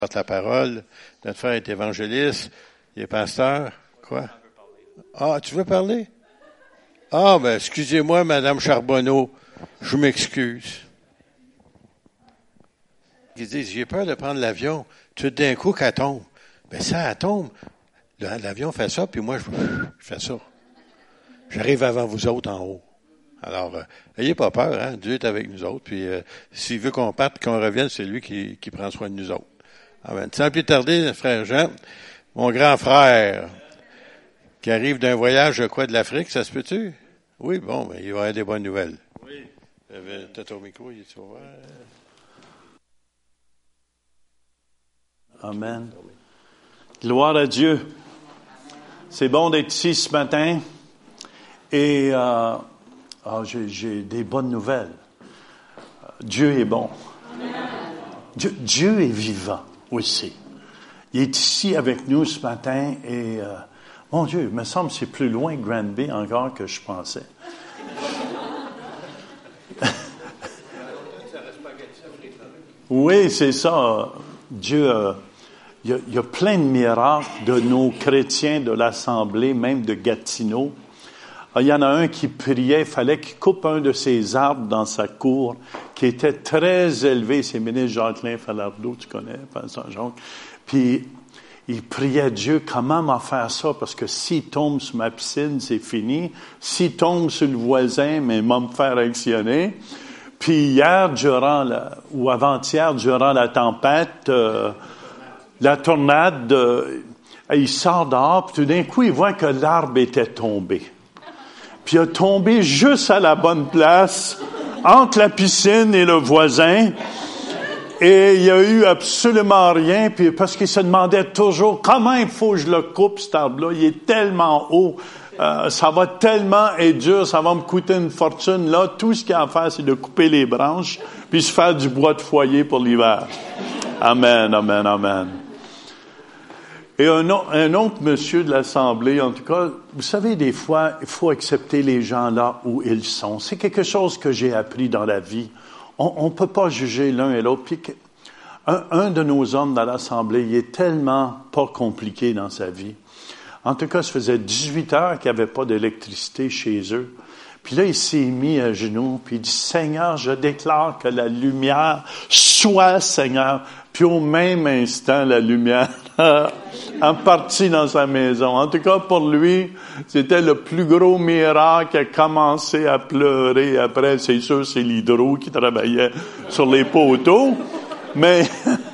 porte la parole. Notre frère est évangéliste. Il est pasteur. Quoi? Ah, tu veux parler? Ah, ben, excusez-moi, Madame Charbonneau. Je m'excuse. Ils disent, j'ai peur de prendre l'avion. Tout d'un coup, qu'elle tombe. Ben, ça, elle tombe. L'avion fait ça, puis moi, je fais ça. J'arrive avant vous autres en haut. Alors, ayez pas peur, hein. Dieu est avec nous autres, puis s'il veut qu'on parte, qu'on revienne, c'est lui qui prend soin de nous autres. Amen. Sans plus tarder, frère Jean, mon grand frère, qui arrive d'un voyage, je crois, de l'Afrique, ça se peut-tu? Oui, bon, ben, il va y avoir des bonnes nouvelles. Oui. T'as ton micro, il est ouvert. Amen. Gloire à Dieu. C'est bon d'être ici ce matin. Et j'ai des bonnes nouvelles. Dieu est bon. Dieu est vivant aussi. Il est ici avec nous ce matin et, mon Dieu, il me semble que c'est plus loin que Granby encore que je pensais. Oui, c'est ça. Dieu, il y a plein de miracles de nos chrétiens de l'Assemblée, même de Gatineau. Il y en a un qui priait, il fallait qu'il coupe un de ses arbres dans sa cour, qui était très élevé. C'est ministre Jacqueline Falardeau, tu connais, Pasteur Jacques. Puis, il priait Dieu, comment m'en faire ça? Parce que s'il tombe sur ma piscine, c'est fini. S'il tombe sur le voisin, mais il va me faire actionner. Puis hier, ou avant-hier, durant la tempête, la tornade, il sort dehors, puis tout d'un coup, il voit que l'arbre était tombé. Puis il a tombé juste à la bonne place, entre la piscine et le voisin. Et il y a eu absolument rien, puis parce qu'il se demandait toujours comment il faut que je le coupe, cet arbre-là. Il est tellement haut, ça va tellement être dur, ça va me coûter une fortune. Là, tout ce qu'il y a à faire, c'est de couper les branches, puis se faire du bois de foyer pour l'hiver. Amen, amen, amen. Et un autre monsieur de l'Assemblée, en tout cas, vous savez, des fois, il faut accepter les gens là où ils sont. C'est quelque chose que j'ai appris dans la vie. On peut pas juger l'un et l'autre. Puis un de nos hommes dans l'Assemblée, il est tellement pas compliqué dans sa vie. En tout cas, ça faisait 18 heures qu'il n'y avait pas d'électricité chez eux. Puis là, il s'est mis à genoux, puis il dit, « Seigneur, je déclare que la lumière soit, Seigneur. » Puis au même instant, la lumière a parti dans sa maison. En tout cas, pour lui, c'était le plus gros miracle. Il a commencé à pleurer. Après, c'est sûr, c'est l'hydro qui travaillait sur les poteaux. Mais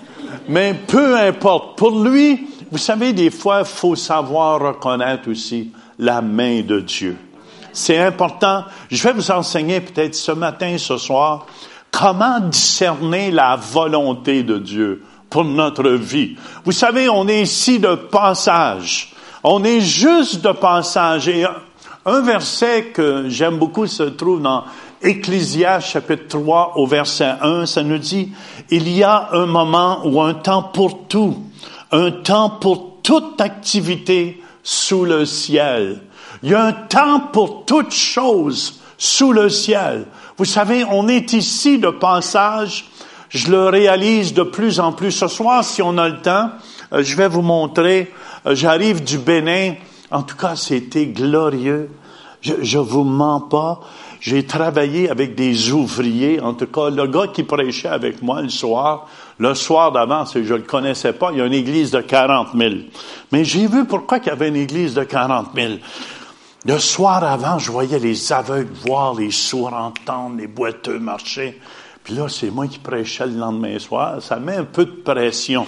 peu importe. Pour lui, vous savez, des fois, il faut savoir reconnaître aussi la main de Dieu. C'est important. Je vais vous enseigner peut-être ce matin, ce soir, comment discerner la volonté de Dieu pour notre vie. Vous savez, on est ici de passage. On est juste de passage. Et un verset que j'aime beaucoup se trouve dans Ecclésiaste chapitre 3 au verset 1. Ça nous dit, il y a un moment ou un temps pour tout. Un temps pour toute activité sous le ciel. Il y a un temps pour toute chose sous le ciel. Vous savez, on est ici de passage. Je le réalise de plus en plus. Ce soir, si on a le temps, je vais vous montrer. J'arrive du Bénin. En tout cas, c'était glorieux. Je vous mens pas. J'ai travaillé avec des ouvriers. En tout cas, le gars qui prêchait avec moi le soir d'avant, je le connaissais pas. Il y a une église de 40 000. Mais j'ai vu pourquoi il y avait une église de 40 000. Le soir avant, je voyais les aveugles voir, les sourds entendre, les boiteux marcher. Puis là, c'est moi qui prêchais le lendemain soir. Ça met un peu de pression.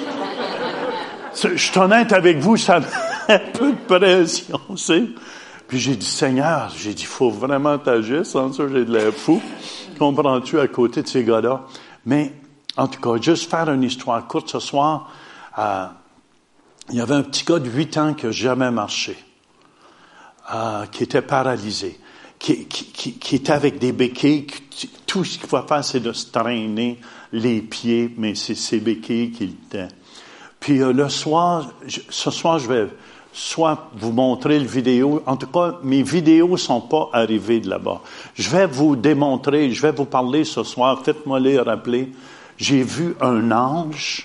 Je suis honnête avec vous, ça met un peu de pression, tu sais. Puis j'ai dit, Seigneur, faut vraiment t'agir, sans ça, j'ai de l'air fou. Comprends-tu à côté de ces gars-là? Mais, en tout cas, juste faire une histoire courte ce soir, il y avait un petit gars de 8 ans qui n'a jamais marché. Qui était paralysé, qui était avec des béquilles, tout ce qu'il faut faire, c'est de se traîner les pieds, mais c'est ses béquilles qu'il était. Puis ce soir, je vais soit vous montrer le vidéo, en tout cas, mes vidéos sont pas arrivées de là-bas. Je vais vous démontrer, je vais vous parler ce soir, faites-moi les rappeler, j'ai vu un ange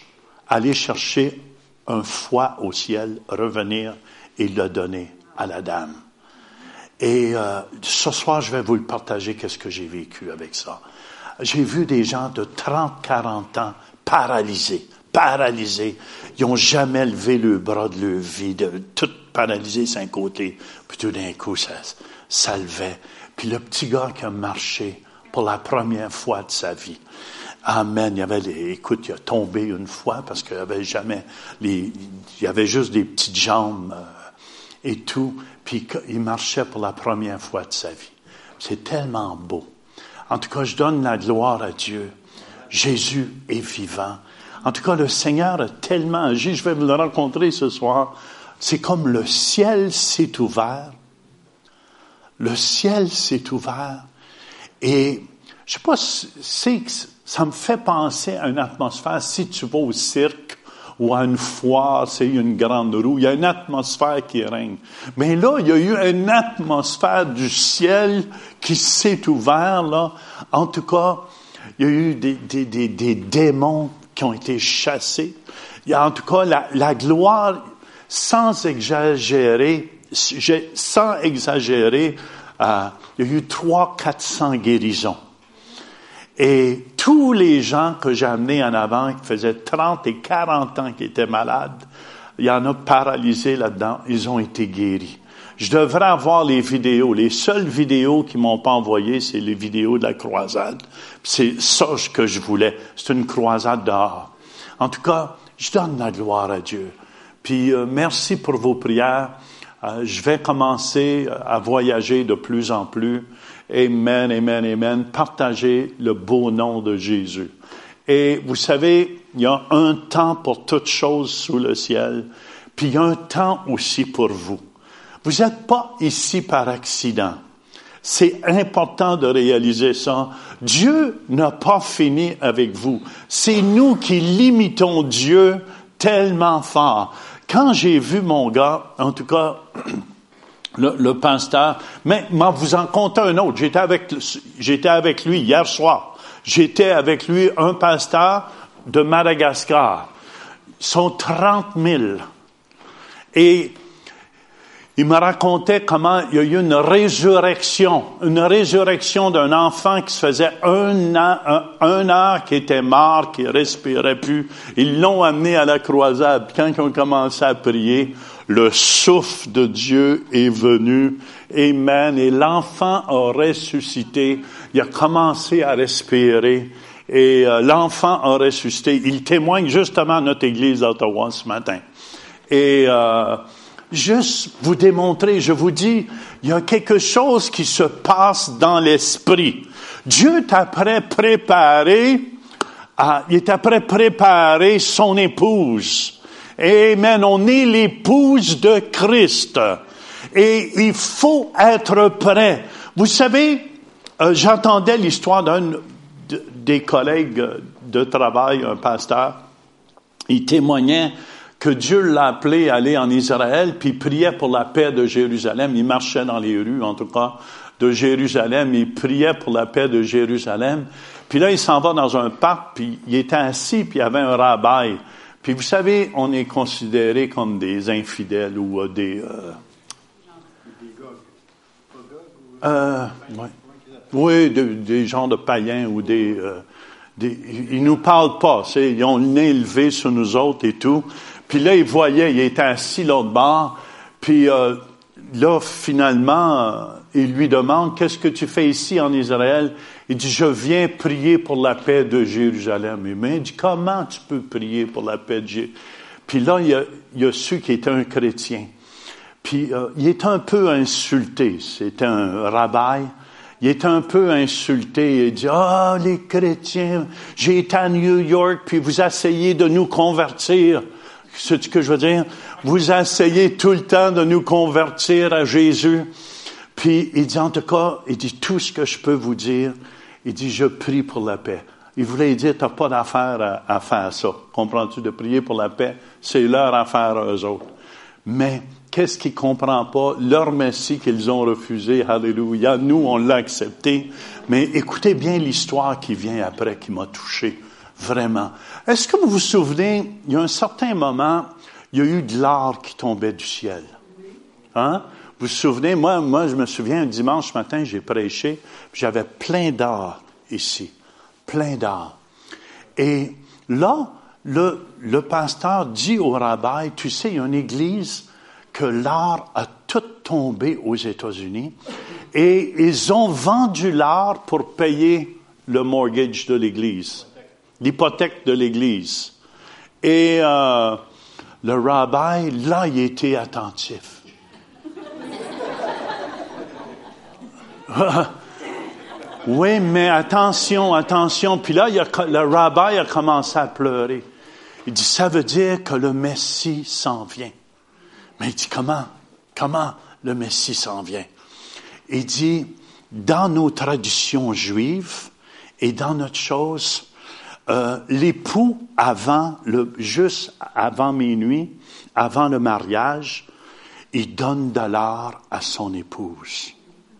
aller chercher un foie au ciel, revenir et le donner à la dame. Et ce soir, je vais vous le partager, qu'est-ce que j'ai vécu avec ça. J'ai vu des gens de 30, 40 ans paralysés. Ils n'ont jamais levé le bras de leur vie, tout paralysé sur un côté. Puis tout d'un coup, ça levait. Puis le petit gars qui a marché pour la première fois de sa vie. Amen. Il a tombé une fois parce qu'il y avait juste des petites jambes et tout. Puis il marchait pour la première fois de sa vie. C'est tellement beau. En tout cas, je donne la gloire à Dieu. Jésus est vivant. En tout cas, le Seigneur a tellement agi. Je vais vous le rencontrer ce soir. C'est comme le ciel s'est ouvert. Le ciel s'est ouvert. Et je sais pas, ça me fait penser à une atmosphère. Si tu vas au cirque ou à une foire, c'est une grande roue, il y a une atmosphère qui règne. Mais là, il y a eu une atmosphère du ciel qui s'est ouverte, là. En tout cas, il y a eu des démons qui ont été chassés. Il y a en tout cas la gloire, sans exagérer, il y a eu 300-400 guérisons. Et tous les gens que j'ai amenés en avant, qui faisaient 30 et 40 ans qui étaient malades, il y en a paralysés là-dedans, ils ont été guéris. Je devrais avoir les vidéos. Les seules vidéos qu'ils m'ont pas envoyées, c'est les vidéos de la croisade. C'est ça que je voulais. C'est une croisade dehors. En tout cas, je donne la gloire à Dieu. Puis merci pour vos prières. Je vais commencer à voyager de plus en plus. Amen, amen, amen. Partagez le beau nom de Jésus. Et vous savez, il y a un temps pour toute chose sous le ciel, puis il y a un temps aussi pour vous. Vous n'êtes pas ici par accident. C'est important de réaliser ça. Dieu n'a pas fini avec vous. C'est nous qui limitons Dieu tellement fort. Quand j'ai vu mon gars, en tout cas, le pasteur, mais vous en comptez un autre. J'étais avec lui hier soir. J'étais avec lui, un pasteur de Madagascar. Ils sont 30 000. Et il me racontait comment il y a eu une résurrection d'un enfant qui se faisait un an qui était mort, qui respirait plus. Ils l'ont amené à la croisade. Puis quand ils ont commencé à prier, le souffle de Dieu est venu. Amen. Et l'enfant a ressuscité. Il a commencé à respirer. Et l'enfant a ressuscité. Il témoigne justement à notre église d'Ottawa ce matin. Et juste vous démontrer, je vous dis, il y a quelque chose qui se passe dans l'esprit. Dieu t'a préparé, il est après préparer son épouse. Amen. On est l'épouse de Christ. Et il faut être prêt. Vous savez, j'entendais l'histoire des collègues de travail, un pasteur. Il témoignait que Dieu l'a appelé à aller en Israël, puis il priait pour la paix de Jérusalem. Il marchait dans les rues, en tout cas, de Jérusalem. Il priait pour la paix de Jérusalem. Puis là, il s'en va dans un parc, puis il était assis, puis il y avait un rabbin. Puis vous savez, on est considérés comme des infidèles ou des... Oui, des gens de païens ou ils nous parlent pas, ils ont le nez élevé sur nous autres et tout. Puis là, il était assis l'autre bord. Puis là, finalement, il lui demande, qu'est-ce que tu fais ici en Israël? Il dit, je viens prier pour la paix de Jérusalem. Mais il dit, comment tu peux prier pour la paix de Jérusalem? Puis là, il y a ceux qui étaient un chrétien. Puis il est un peu insulté. C'était un rabbin. Il est un peu insulté. Il dit, les chrétiens, j'ai été à New York, puis vous essayez de nous convertir. C'est ce que je veux dire? Vous essayez tout le temps de nous convertir à Jésus. Puis il dit, en tout cas, il dit, tout ce que je peux vous dire, il dit, je prie pour la paix. Il voulait dire, t'as pas d'affaire à faire ça. Comprends-tu? De prier pour la paix, c'est leur affaire à eux autres. Mais qu'est-ce qu'ils comprennent pas? Leur Messie qu'ils ont refusé, alléluia. Nous, on l'a accepté. Mais écoutez bien l'histoire qui vient après, qui m'a touché. Vraiment. Est-ce que vous vous souvenez, il y a un certain moment, il y a eu de l'or qui tombait du ciel. Hein? Vous vous souvenez, moi, je me souviens, un dimanche matin, j'ai prêché, puis j'avais plein d'or ici. Plein d'or. Et là, le pasteur dit au rabbin, tu sais, il y a une église que l'or a tout tombé aux États-Unis et ils ont vendu l'or pour payer le mortgage de l'église, l'hypothèque de l'église. Et le rabbin, là, il était attentif. Oui, mais attention. Puis là, le rabbin a commencé à pleurer. Il dit, ça veut dire que le Messie s'en vient. Mais il dit, comment le Messie s'en vient? Il dit, dans nos traditions juives et dans notre chose, l'époux, juste avant minuit, avant le mariage, il donne de l'or à son épouse.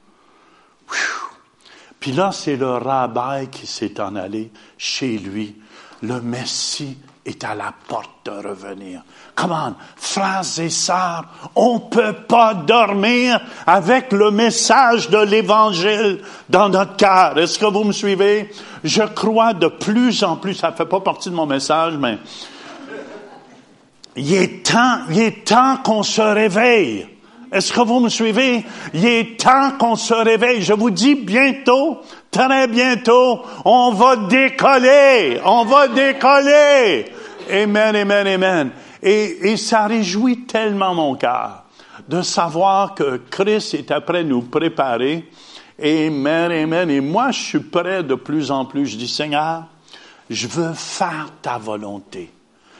Puis là, c'est le rabbin qui s'est en allé chez lui. Le Messie est à la porte de revenir. Come on, frères et sœurs, on peut pas dormir avec le message de l'Évangile dans notre cœur. Est-ce que vous me suivez? Je crois de plus en plus, ça fait pas partie de mon message, mais il est temps qu'on se réveille. Est-ce que vous me suivez? Il est temps qu'on se réveille. Je vous dis bientôt, très bientôt, on va décoller. Amen. Et ça réjouit tellement mon cœur de savoir que Christ est après nous préparer. Amen. Et moi, je suis prêt de plus en plus. Je dis, Seigneur, je veux faire ta volonté.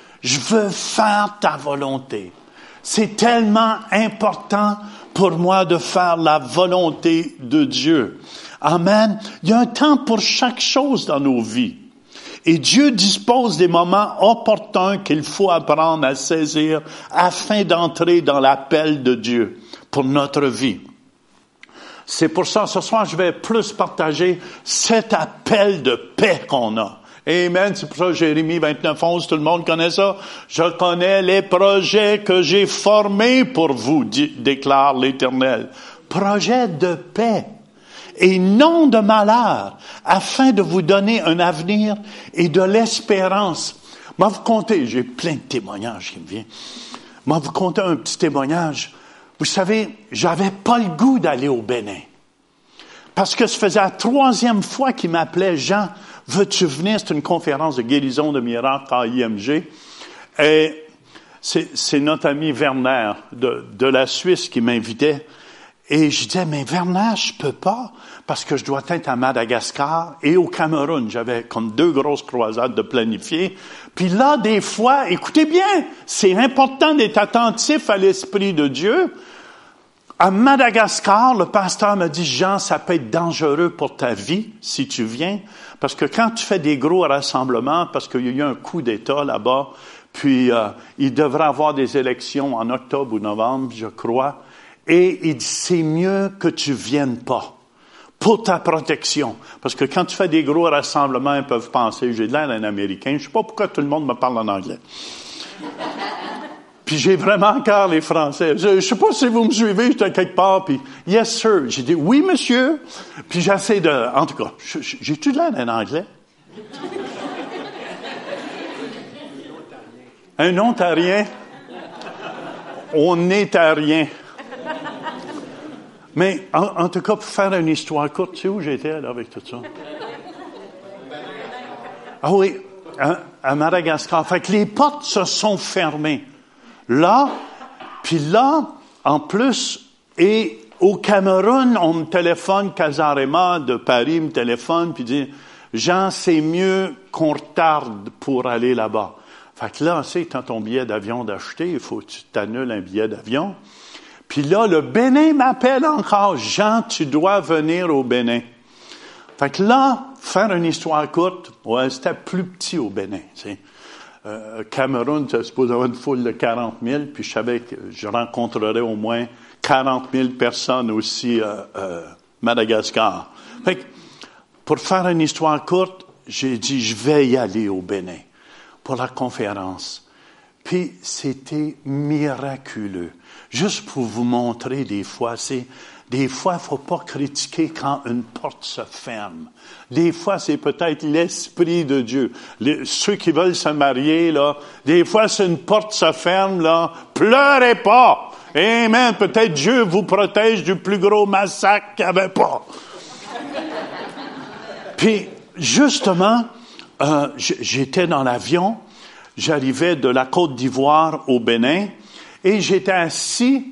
C'est tellement important pour moi de faire la volonté de Dieu. Amen. Il y a un temps pour chaque chose dans nos vies. Et Dieu dispose des moments opportuns qu'il faut apprendre à saisir afin d'entrer dans l'appel de Dieu pour notre vie. C'est pour ça, ce soir, je vais plus partager cet appel de paix qu'on a. Amen. C'est pour ça, Jérémie 29:11, tout le monde connaît ça. Je connais les projets que j'ai formés pour vous, déclare l'Éternel. Projets de paix et non de malheur, afin de vous donner un avenir et de l'espérance. Moi, vous comptez, j'ai plein de témoignages qui me viennent. Moi, vous comptez un petit témoignage. Vous savez, j'avais pas le goût d'aller au Bénin. Parce que ça faisait la 3e fois qu'il m'appelait, Jean, veux-tu venir? C'est une conférence de guérison de miracles à IMG. Et c'est notre ami Werner de la Suisse qui m'invitait. Et je disais, mais Werner, je peux pas, parce que je dois être à Madagascar et au Cameroun. J'avais comme 2 grosses croisades de planifier. Puis là, des fois, écoutez bien, c'est important d'être attentif à l'Esprit de Dieu. À Madagascar, le pasteur m'a dit, Jean, ça peut être dangereux pour ta vie si tu viens, parce que quand tu fais des gros rassemblements, parce qu'il y a eu un coup d'État là-bas, puis il devrait avoir des élections en octobre ou novembre, je crois, et il dit, c'est mieux que tu viennes pas, pour ta protection. Parce que quand tu fais des gros rassemblements, ils peuvent penser, j'ai de l'air d'un Américain, je sais pas pourquoi tout le monde me parle en anglais. Puis j'ai vraiment encore les Français. Je sais pas si vous me suivez, j'étais quelque part, puis yes sir. J'ai dit oui monsieur. Puis j'essaie en tout cas, j'ai-tu de l'air d'un anglais? Un ontarien? On est à rien. Mais en tout cas, pour faire une histoire courte, tu sais où j'étais là avec tout ça? Ah oui, à Madagascar. Fait que les portes se sont fermées. Là, puis là, en plus, et au Cameroun, on me téléphone, Casarema de Paris me téléphone, puis dit, Jean, c'est mieux qu'on retarde pour aller là-bas. Fait que là, c'est quand ton billet d'avion d'acheter, il faut que tu t'annules un billet d'avion. Puis là, le Bénin m'appelle encore, Jean, tu dois venir au Bénin. Fait que là, faire une histoire courte, ouais, c'était plus petit au Bénin, tu sais. Cameroun, tu supposé avoir une foule de 40 000, puis je savais que je rencontrerais au moins 40 000 personnes aussi Madagascar. Fait que, pour faire une histoire courte, j'ai dit, je vais y aller au Bénin pour la conférence. Puis c'était miraculeux. Juste pour vous montrer des fois, il faut pas critiquer quand une porte se ferme. Des fois, c'est peut-être l'Esprit de Dieu. Ceux qui veulent se marier, là, des fois, si une porte se ferme, là, pleurez pas. Amen. Peut-être Dieu vous protège du plus gros massacre qu'il n'y avait pas. Puis, justement, j'étais dans l'avion, j'arrivais de la Côte d'Ivoire au Bénin, et j'étais assis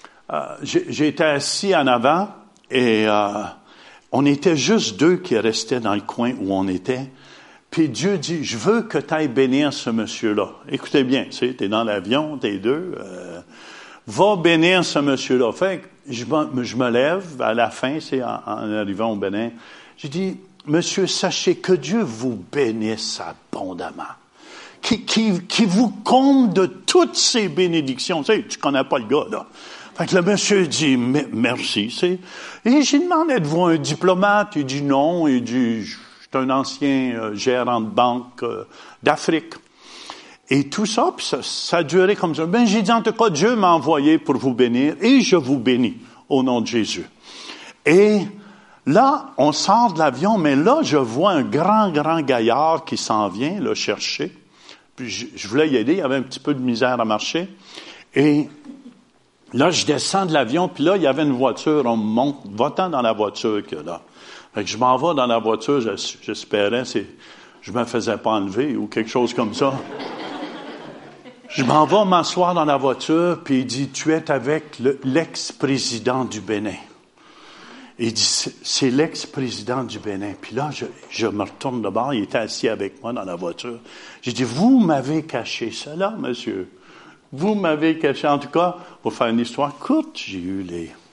en avant, et on était juste deux qui restaient dans le coin où on était. Puis Dieu dit, je veux que tu ailles bénir ce monsieur-là. Écoutez bien, tu sais, t'es dans l'avion, t'es deux, va bénir ce monsieur-là. Fait que je me lève à la fin, c'est en arrivant au Bénin. J'ai dit, monsieur, sachez que Dieu vous bénisse abondamment. Qui vous comble de toutes ces bénédictions. Tu sais, tu connais pas le gars, là. Fait que le monsieur dit, merci, c'est. Et j'ai demandé, êtes-vous un diplomate? Il dit non. Il dit, je suis un ancien gérant de banque d'Afrique. Et tout ça, puis ça a duré comme ça. Ben, j'ai dit, en tout cas, Dieu m'a envoyé pour vous bénir, et je vous bénis, au nom de Jésus. Et là, on sort de l'avion, mais là, je vois un grand gaillard qui s'en vient, le chercher. Puis je voulais y aider, il y avait un petit peu de misère à marcher. Et là, je descends de l'avion, puis là, il y avait une voiture, on me monte, va-t'en dans la voiture que là. Fait que je m'en vais dans la voiture, j'espérais, je me faisais pas enlever ou quelque chose comme ça. Je m'en vais m'asseoir dans la voiture, puis il dit, tu es avec l'ex-président du Bénin. Il dit, c'est l'ex-président du Bénin. Puis là, je me retourne de bord, il était assis avec moi dans la voiture. J'ai dit, vous m'avez caché cela, monsieur. Vous m'avez caché. En tout cas, pour faire une histoire courte, j'ai eu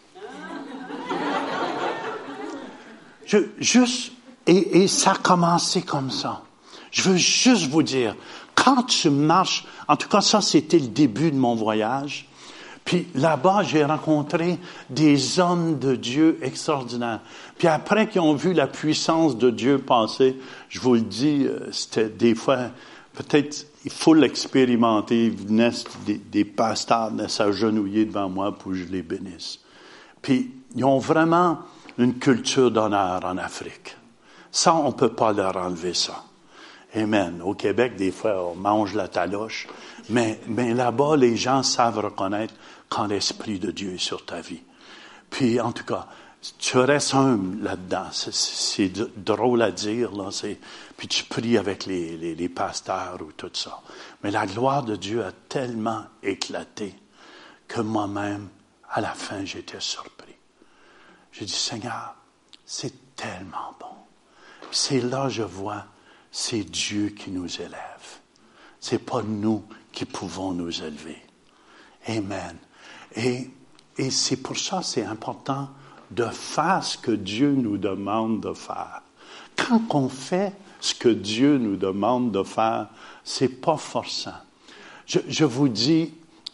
et ça a commencé comme ça. Je veux juste vous dire, quand tu marches, en tout cas, ça, c'était le début de mon voyage. Puis là-bas, j'ai rencontré des hommes de Dieu extraordinaires. Puis après qu'ils ont vu la puissance de Dieu passer, je vous le dis, c'était des fois, peut-être, il faut l'expérimenter. Des pasteurs venaient s'agenouiller devant moi pour que je les bénisse. Puis, ils ont vraiment une culture d'honneur en Afrique. Ça, on peut pas leur enlever ça. Amen. Au Québec, des fois, on mange la taloche. Mais là-bas, les gens savent reconnaître quand l'Esprit de Dieu est sur ta vie. Puis, en tout cas, tu restes humble là-dedans. C'est drôle à dire, là. Puis tu pries avec les pasteurs ou tout ça. Mais la gloire de Dieu a tellement éclaté que moi-même, à la fin, j'étais surpris. J'ai dit, Seigneur, c'est tellement bon. Puis c'est là, je vois, c'est Dieu qui nous élève. C'est pas nous qui pouvons nous élever. Amen. Et c'est pour ça, c'est important de faire ce que Dieu nous demande de faire. Quand on fait ce que Dieu nous demande de faire, c'est pas forçant. Je vous dis,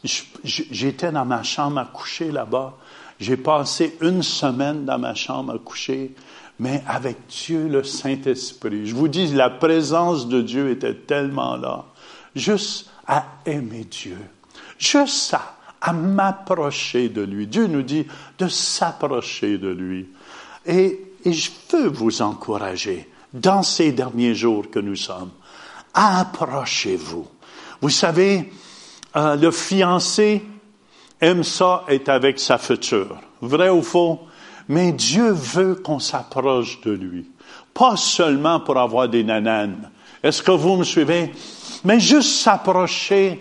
j'étais dans ma chambre à coucher là-bas. J'ai passé 1 semaine dans ma chambre à coucher, mais avec Dieu, le Saint-Esprit. Je vous dis, la présence de Dieu était tellement là. Juste à aimer Dieu. Juste à m'approcher de lui. Dieu nous dit de s'approcher de lui. Et je veux vous encourager, dans ces derniers jours que nous sommes, approchez-vous. Vous savez, le fiancé aime ça être avec sa future. Vrai ou faux? Mais Dieu veut qu'on s'approche de lui. Pas seulement pour avoir des nananes. Est-ce que vous me suivez? Mais juste s'approcher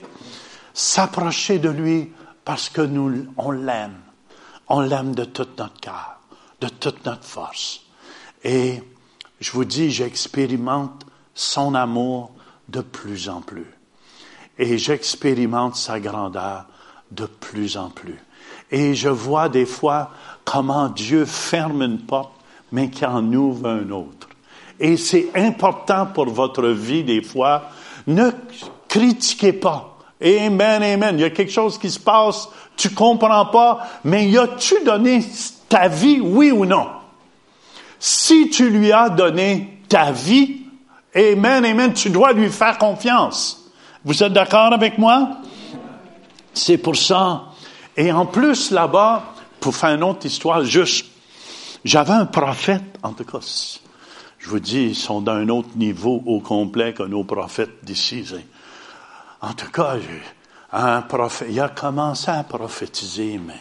de lui parce que on l'aime. On l'aime de tout notre cœur, de toute notre force. Et je vous dis, j'expérimente son amour de plus en plus. Et j'expérimente sa grandeur de plus en plus. Et je vois des fois comment Dieu ferme une porte, mais qu'il en ouvre une autre. Et c'est important pour votre vie des fois. Ne critiquez pas. Amen, amen. Il y a quelque chose qui se passe, tu comprends pas, mais as-tu donné ta vie, oui ou non? Si tu lui as donné ta vie, Amen, amen. Tu dois lui faire confiance. Vous êtes d'accord avec moi? C'est pour ça. Et en plus, là-bas, pour faire une autre histoire, j'avais un prophète, en tout cas, je vous dis, ils sont d'un autre niveau au complet que nos prophètes d'ici. En tout cas, un prophète, il a commencé à prophétiser, mais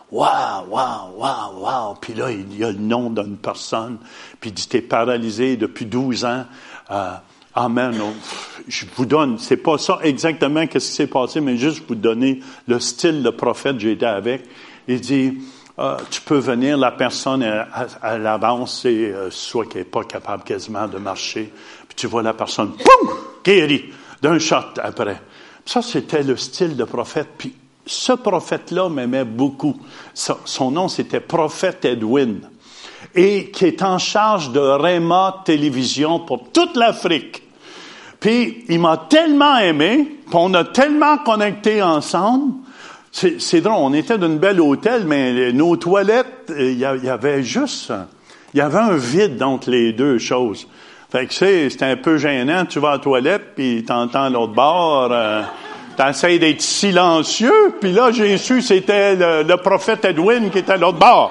wow. Puis là, il y a le nom d'une personne, puis il dit, t'es paralysé depuis 12 ans. Amen. Je vous donne, c'est pas ça exactement qu'est-ce qui s'est passé, mais juste vous donner le style de prophète que j'ai été avec. Il dit, tu peux venir, la personne à l'avance, et soit qu'elle n'est pas capable quasiment de marcher, puis tu vois la personne, poum, guérie, d'un shot après. Ça, c'était le style de prophète. Puis ce prophète-là m'aimait beaucoup. Son nom, c'était Prophète Edwin, et qui est en charge de Rhéma Télévision pour toute l'Afrique. Puis il m'a tellement aimé, puis on a tellement connecté ensemble. C'est drôle, on était d'un bel hôtel, mais nos toilettes, il y avait un vide entre les deux choses. Fait que c'était un peu gênant, tu vas à la toilette, puis t'entends l'autre bord, t'essayes d'être silencieux, puis là, j'ai su c'était le prophète Edwin qui était à l'autre bord.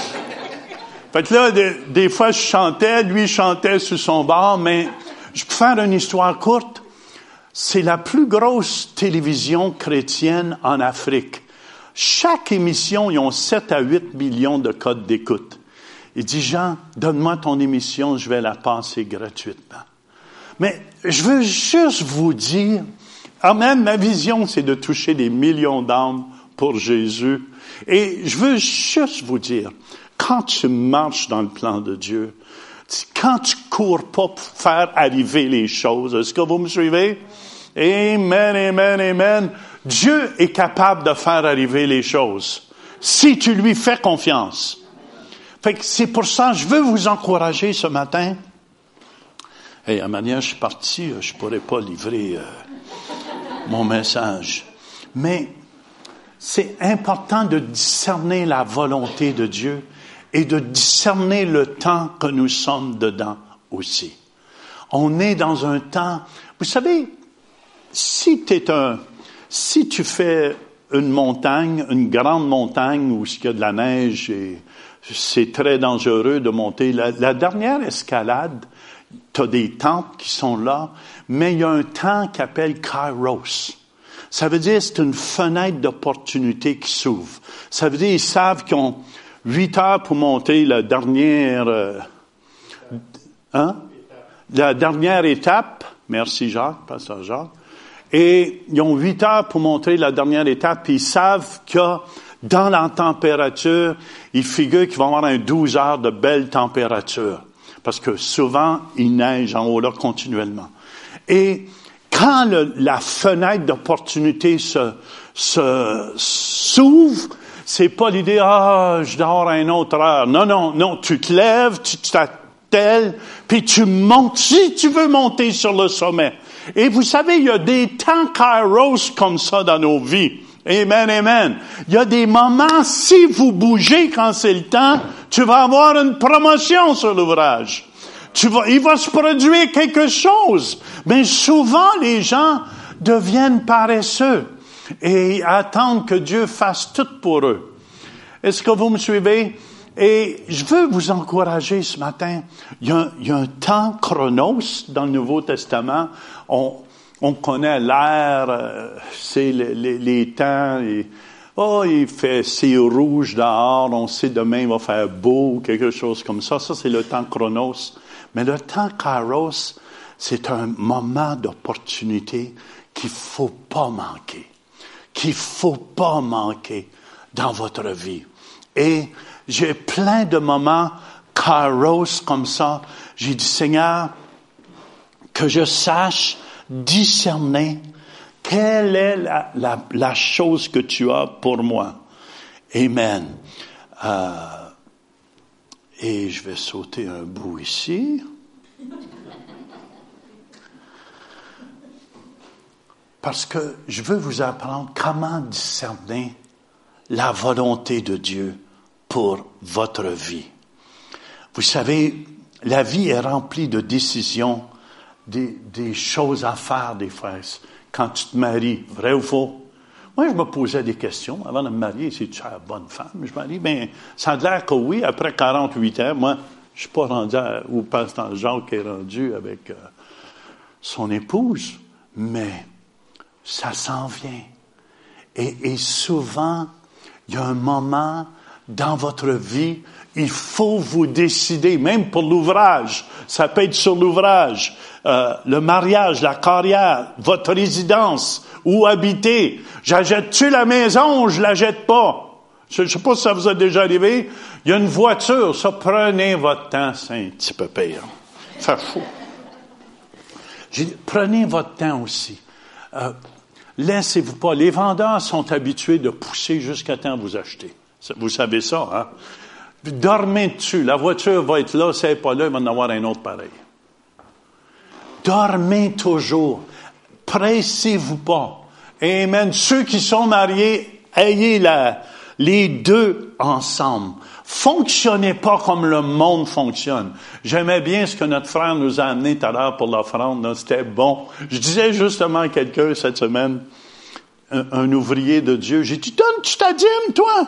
Fait que là, des fois, je chantais, lui chantait sur son bord, mais je peux faire une histoire courte. C'est la plus grosse télévision chrétienne en Afrique. Chaque émission, ils ont 7 à 8 millions de codes d'écoute. Il dit, Jean, donne-moi ton émission, je vais la passer gratuitement. Mais je veux juste vous dire, amen, ma vision, c'est de toucher des millions d'âmes pour Jésus. Et je veux juste vous dire, quand tu marches dans le plan de Dieu, quand tu cours pas pour faire arriver les choses, est-ce que vous me suivez? Amen, amen, amen. Dieu est capable de faire arriver les choses si tu lui fais confiance. Fait que c'est pour ça que je veux vous encourager ce matin. À manière, je suis parti, je pourrais pas livrer mon message. Mais c'est important de discerner la volonté de Dieu et de discerner le temps que nous sommes dedans aussi. On est dans un temps, vous savez, si tu fais une montagne, une grande montagne où il y a de la neige et c'est très dangereux de monter. La dernière escalade, tu as des tentes qui sont là, mais il y a un temps qu'ils appellent Kairos. Ça veut dire que c'est une fenêtre d'opportunité qui s'ouvre. Ça veut dire qu'ils savent qu'ils ont 8 heures pour monter la dernière la dernière étape. Merci Jacques, pasteur Jacques. Et ils ont 8 heures pour monter la dernière étape, puis ils savent que dans la température, ils figurent qu'ils vont avoir un 12 heures de belle température. Parce que souvent, il neige en haut là continuellement. Et quand la fenêtre d'opportunité s'ouvre, c'est pas l'idée, je dors à une autre heure. Non, tu te lèves, tu t'attelles, puis tu montes, si tu veux monter sur le sommet. Et vous savez, il y a des temps kairos comme ça dans nos vies. Amen, amen. Il y a des moments, si vous bougez quand c'est le temps, tu vas avoir une promotion sur l'ouvrage. Il va se produire quelque chose. Mais souvent, les gens deviennent paresseux et attendent que Dieu fasse tout pour eux. Est-ce que vous me suivez? Et je veux vous encourager ce matin. Il y a un temps chronos dans le Nouveau Testament. On connaît l'ère, c'est les temps. C'est rouge dehors. On sait demain il va faire beau, quelque chose comme ça. Ça, c'est le temps chronos. Mais le temps kairos, c'est un moment d'opportunité qu'il faut pas manquer. Qu'il faut pas manquer dans votre vie. Et j'ai plein de moments kairos comme ça. J'ai dit, Seigneur, que je sache discerner quelle est la chose que tu as pour moi. Amen. Et je vais sauter un bout ici. Parce que je veux vous apprendre comment discerner la volonté de Dieu pour votre vie. Vous savez, la vie est remplie de décisions des choses à faire des fois quand tu te maries. Vrai ou faux? Moi, je me posais des questions avant de me marier. Si tu es une bonne femme, je me dis, bien, ça a l'air que oui, après 48 ans, moi, je suis pas rendu où pasteur Jacques est rendu avec son épouse, mais ça s'en vient. Et souvent, il y a un moment dans votre vie, il faut vous décider, même pour l'ouvrage. Ça peut être sur l'ouvrage, le mariage, la carrière, votre résidence, où habiter. J'achète-tu la maison ou je la jette pas? Je ne sais pas si ça vous a déjà arrivé. Il y a une voiture, ça, prenez votre temps, c'est un petit peu pire. Ça fait chaud. Prenez votre temps aussi. Laissez-vous pas. Les vendeurs sont habitués de pousser jusqu'à temps vous acheter. Vous savez ça, hein? Dormez dessus. La voiture va être là, si elle n'est pas là, il va en avoir un autre pareil. Dormez toujours. Pressez-vous pas. Amen. Ceux qui sont mariés, ayez les deux ensemble. Fonctionnez pas comme le monde fonctionne. J'aimais bien ce que notre frère nous a amené tout à l'heure pour l'offrande. Là. C'était bon. Je disais justement à quelqu'un cette semaine, un ouvrier de Dieu, j'ai dit, donnes-tu ta dîme, toi?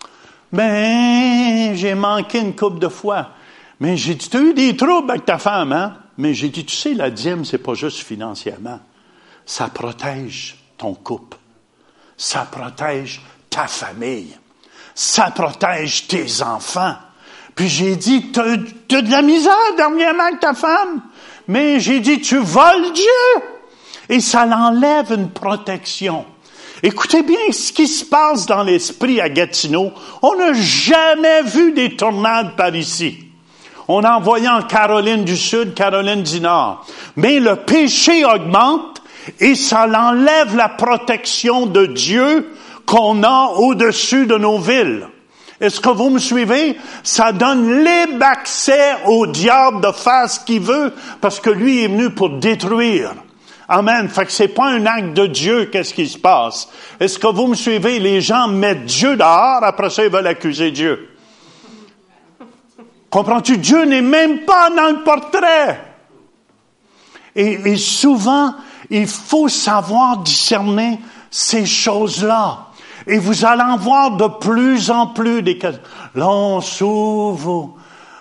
Ben, j'ai manqué une couple de fois. Mais j'ai dit, tu as eu des troubles avec ta femme, hein? Mais j'ai dit, tu sais, la dîme, c'est pas juste financièrement. Ça protège ton couple. Ça protège ta famille. Ça protège tes enfants. Puis j'ai dit, t'as de la misère dernièrement avec ta femme. Mais j'ai dit, tu voles Dieu. Et ça l'enlève une protection. Écoutez bien ce qui se passe dans l'esprit à Gatineau. On n'a jamais vu des tornades par ici. On a envoyé en Caroline du Sud, Caroline du Nord. Mais le péché augmente et ça l'enlève la protection de Dieu qu'on a au-dessus de nos villes. Est-ce que vous me suivez? Ça donne libre accès au diable de faire ce qu'il veut parce que lui est venu pour détruire. Amen. Fait que c'est pas un acte de Dieu, qu'est-ce qui se passe? Est-ce que vous me suivez? Les gens mettent Dieu dehors, après ça, ils veulent accuser Dieu. Comprends-tu? Dieu n'est même pas dans le portrait. Et souvent, il faut savoir discerner ces choses-là. Et vous allez en voir de plus en plus des cas. Là, on s'ouvre.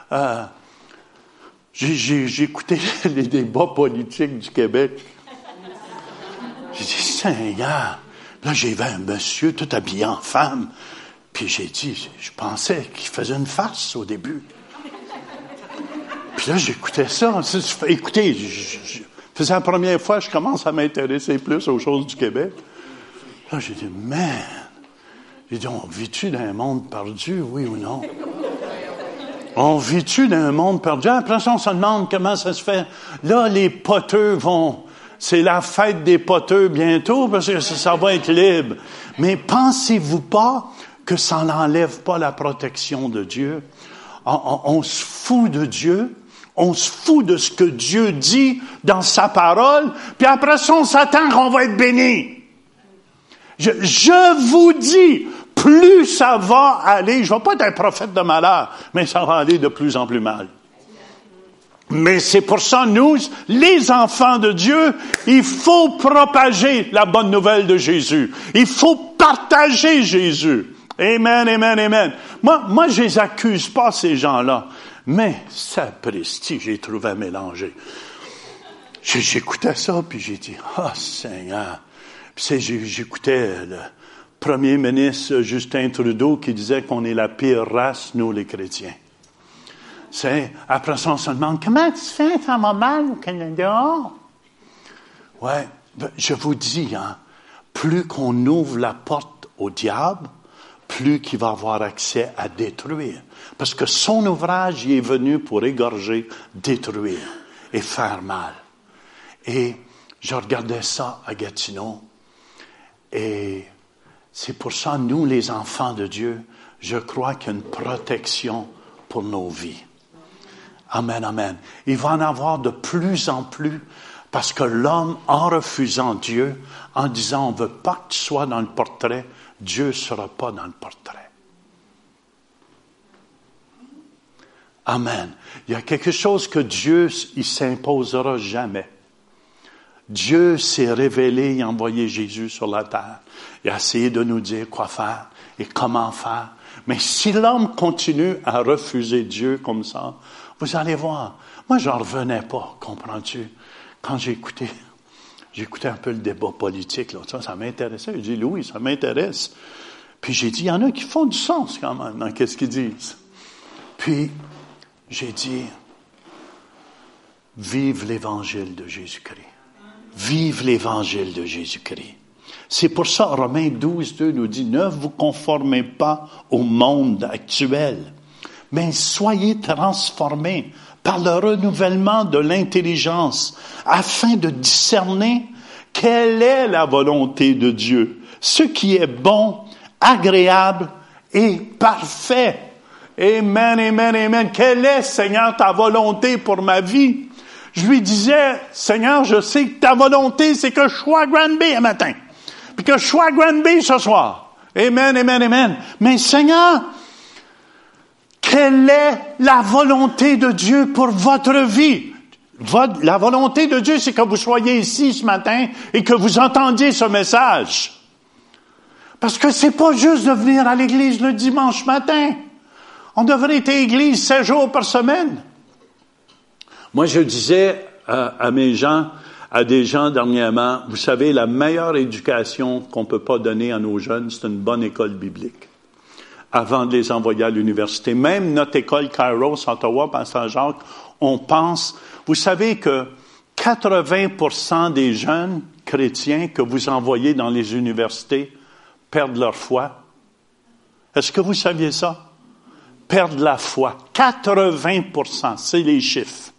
J'ai écouté les débats politiques du Québec. J'ai dit, Seigneur, là, j'ai vu un monsieur tout habillé en femme. Puis j'ai dit, je pensais qu'il faisait une farce au début. Puis là, j'écoutais ça. Écoutez, c'est la première fois que je commence à m'intéresser plus aux choses du Québec. Là, j'ai dit, man, j'ai dit, on vit-tu dans un monde perdu, oui ou non? On vit-tu dans un monde perdu? Après ça, on se demande comment ça se fait. Là, les poteux c'est la fête des poteux bientôt, parce que ça va être libre. Mais pensez-vous pas que ça n'enlève pas la protection de Dieu? On se fout de Dieu. On se fout de ce que Dieu dit dans sa parole, puis après ça, on s'attend qu'on va être béni. Je vous dis, plus ça va aller, je ne vais pas être un prophète de malheur, mais ça va aller de plus en plus mal. Mais c'est pour ça, nous, les enfants de Dieu, il faut propager la bonne nouvelle de Jésus. Il faut partager Jésus. Amen, amen, amen. Moi, je les accuse pas, ces gens-là. Mais, sapristi, j'ai trouvé à mélanger. J'écoutais ça, puis j'ai dit, Seigneur. Puis j'écoutais le premier ministre Justin Trudeau qui disait qu'on est la pire race, nous, les chrétiens. Après ça, on se demande, comment tu fais, ça va mal au Canada? Ouais, je vous dis, plus qu'on ouvre la porte au diable, plus qu'il va avoir accès à détruire. Parce que son ouvrage, il est venu pour égorger, détruire et faire mal. Et je regardais ça à Gatineau. Et c'est pour ça, nous, les enfants de Dieu, je crois qu'il y a une protection pour nos vies. Amen, amen. Il va en avoir de plus en plus parce que l'homme, en refusant Dieu, en disant on ne veut pas que tu sois dans le portrait, Dieu ne sera pas dans le portrait. Amen. Il y a quelque chose que Dieu, il s'imposera jamais. Dieu s'est révélé et a envoyé Jésus sur la terre. Il a essayé de nous dire quoi faire et comment faire. Mais si l'homme continue à refuser Dieu comme ça, vous allez voir. Moi, j'en revenais pas, comprends-tu? Quand j'écoutais un peu le débat politique, là, ça m'intéressait. J'ai dit, oui, ça m'intéresse. Puis j'ai dit, il y en a qui font du sens quand même dans qu'est-ce qu'ils disent. Puis j'ai dit, vive l'Évangile de Jésus-Christ. Vive l'Évangile de Jésus-Christ. C'est pour ça, Romains 12, 2 nous dit, ne vous conformez pas au monde actuel, mais soyez transformés par le renouvellement de l'intelligence, afin de discerner quelle est la volonté de Dieu, ce qui est bon, agréable et parfait. Amen, amen, amen. Quelle est, Seigneur, ta volonté pour ma vie? Je lui disais, Seigneur, je sais que ta volonté, c'est que je sois à Granby un matin, puis que je sois à Granby ce soir. Amen, amen, amen. Mais Seigneur, quelle est la volonté de Dieu pour votre vie? La volonté de Dieu, c'est que vous soyez ici ce matin et que vous entendiez ce message. Parce que c'est pas juste de venir à l'église le dimanche matin. On devrait être à l'église 7 jours par semaine. Moi, je disais à mes gens, à des gens dernièrement, vous savez, la meilleure éducation qu'on peut pas donner à nos jeunes, c'est une bonne école biblique. Avant de les envoyer à l'université. Même notre école Kairos, Ottawa, à Saint-Jacques, on pense, vous savez que 80% des jeunes chrétiens que vous envoyez dans les universités perdent leur foi. Est-ce que vous saviez ça? Perdent la foi. 80%, c'est les chiffres.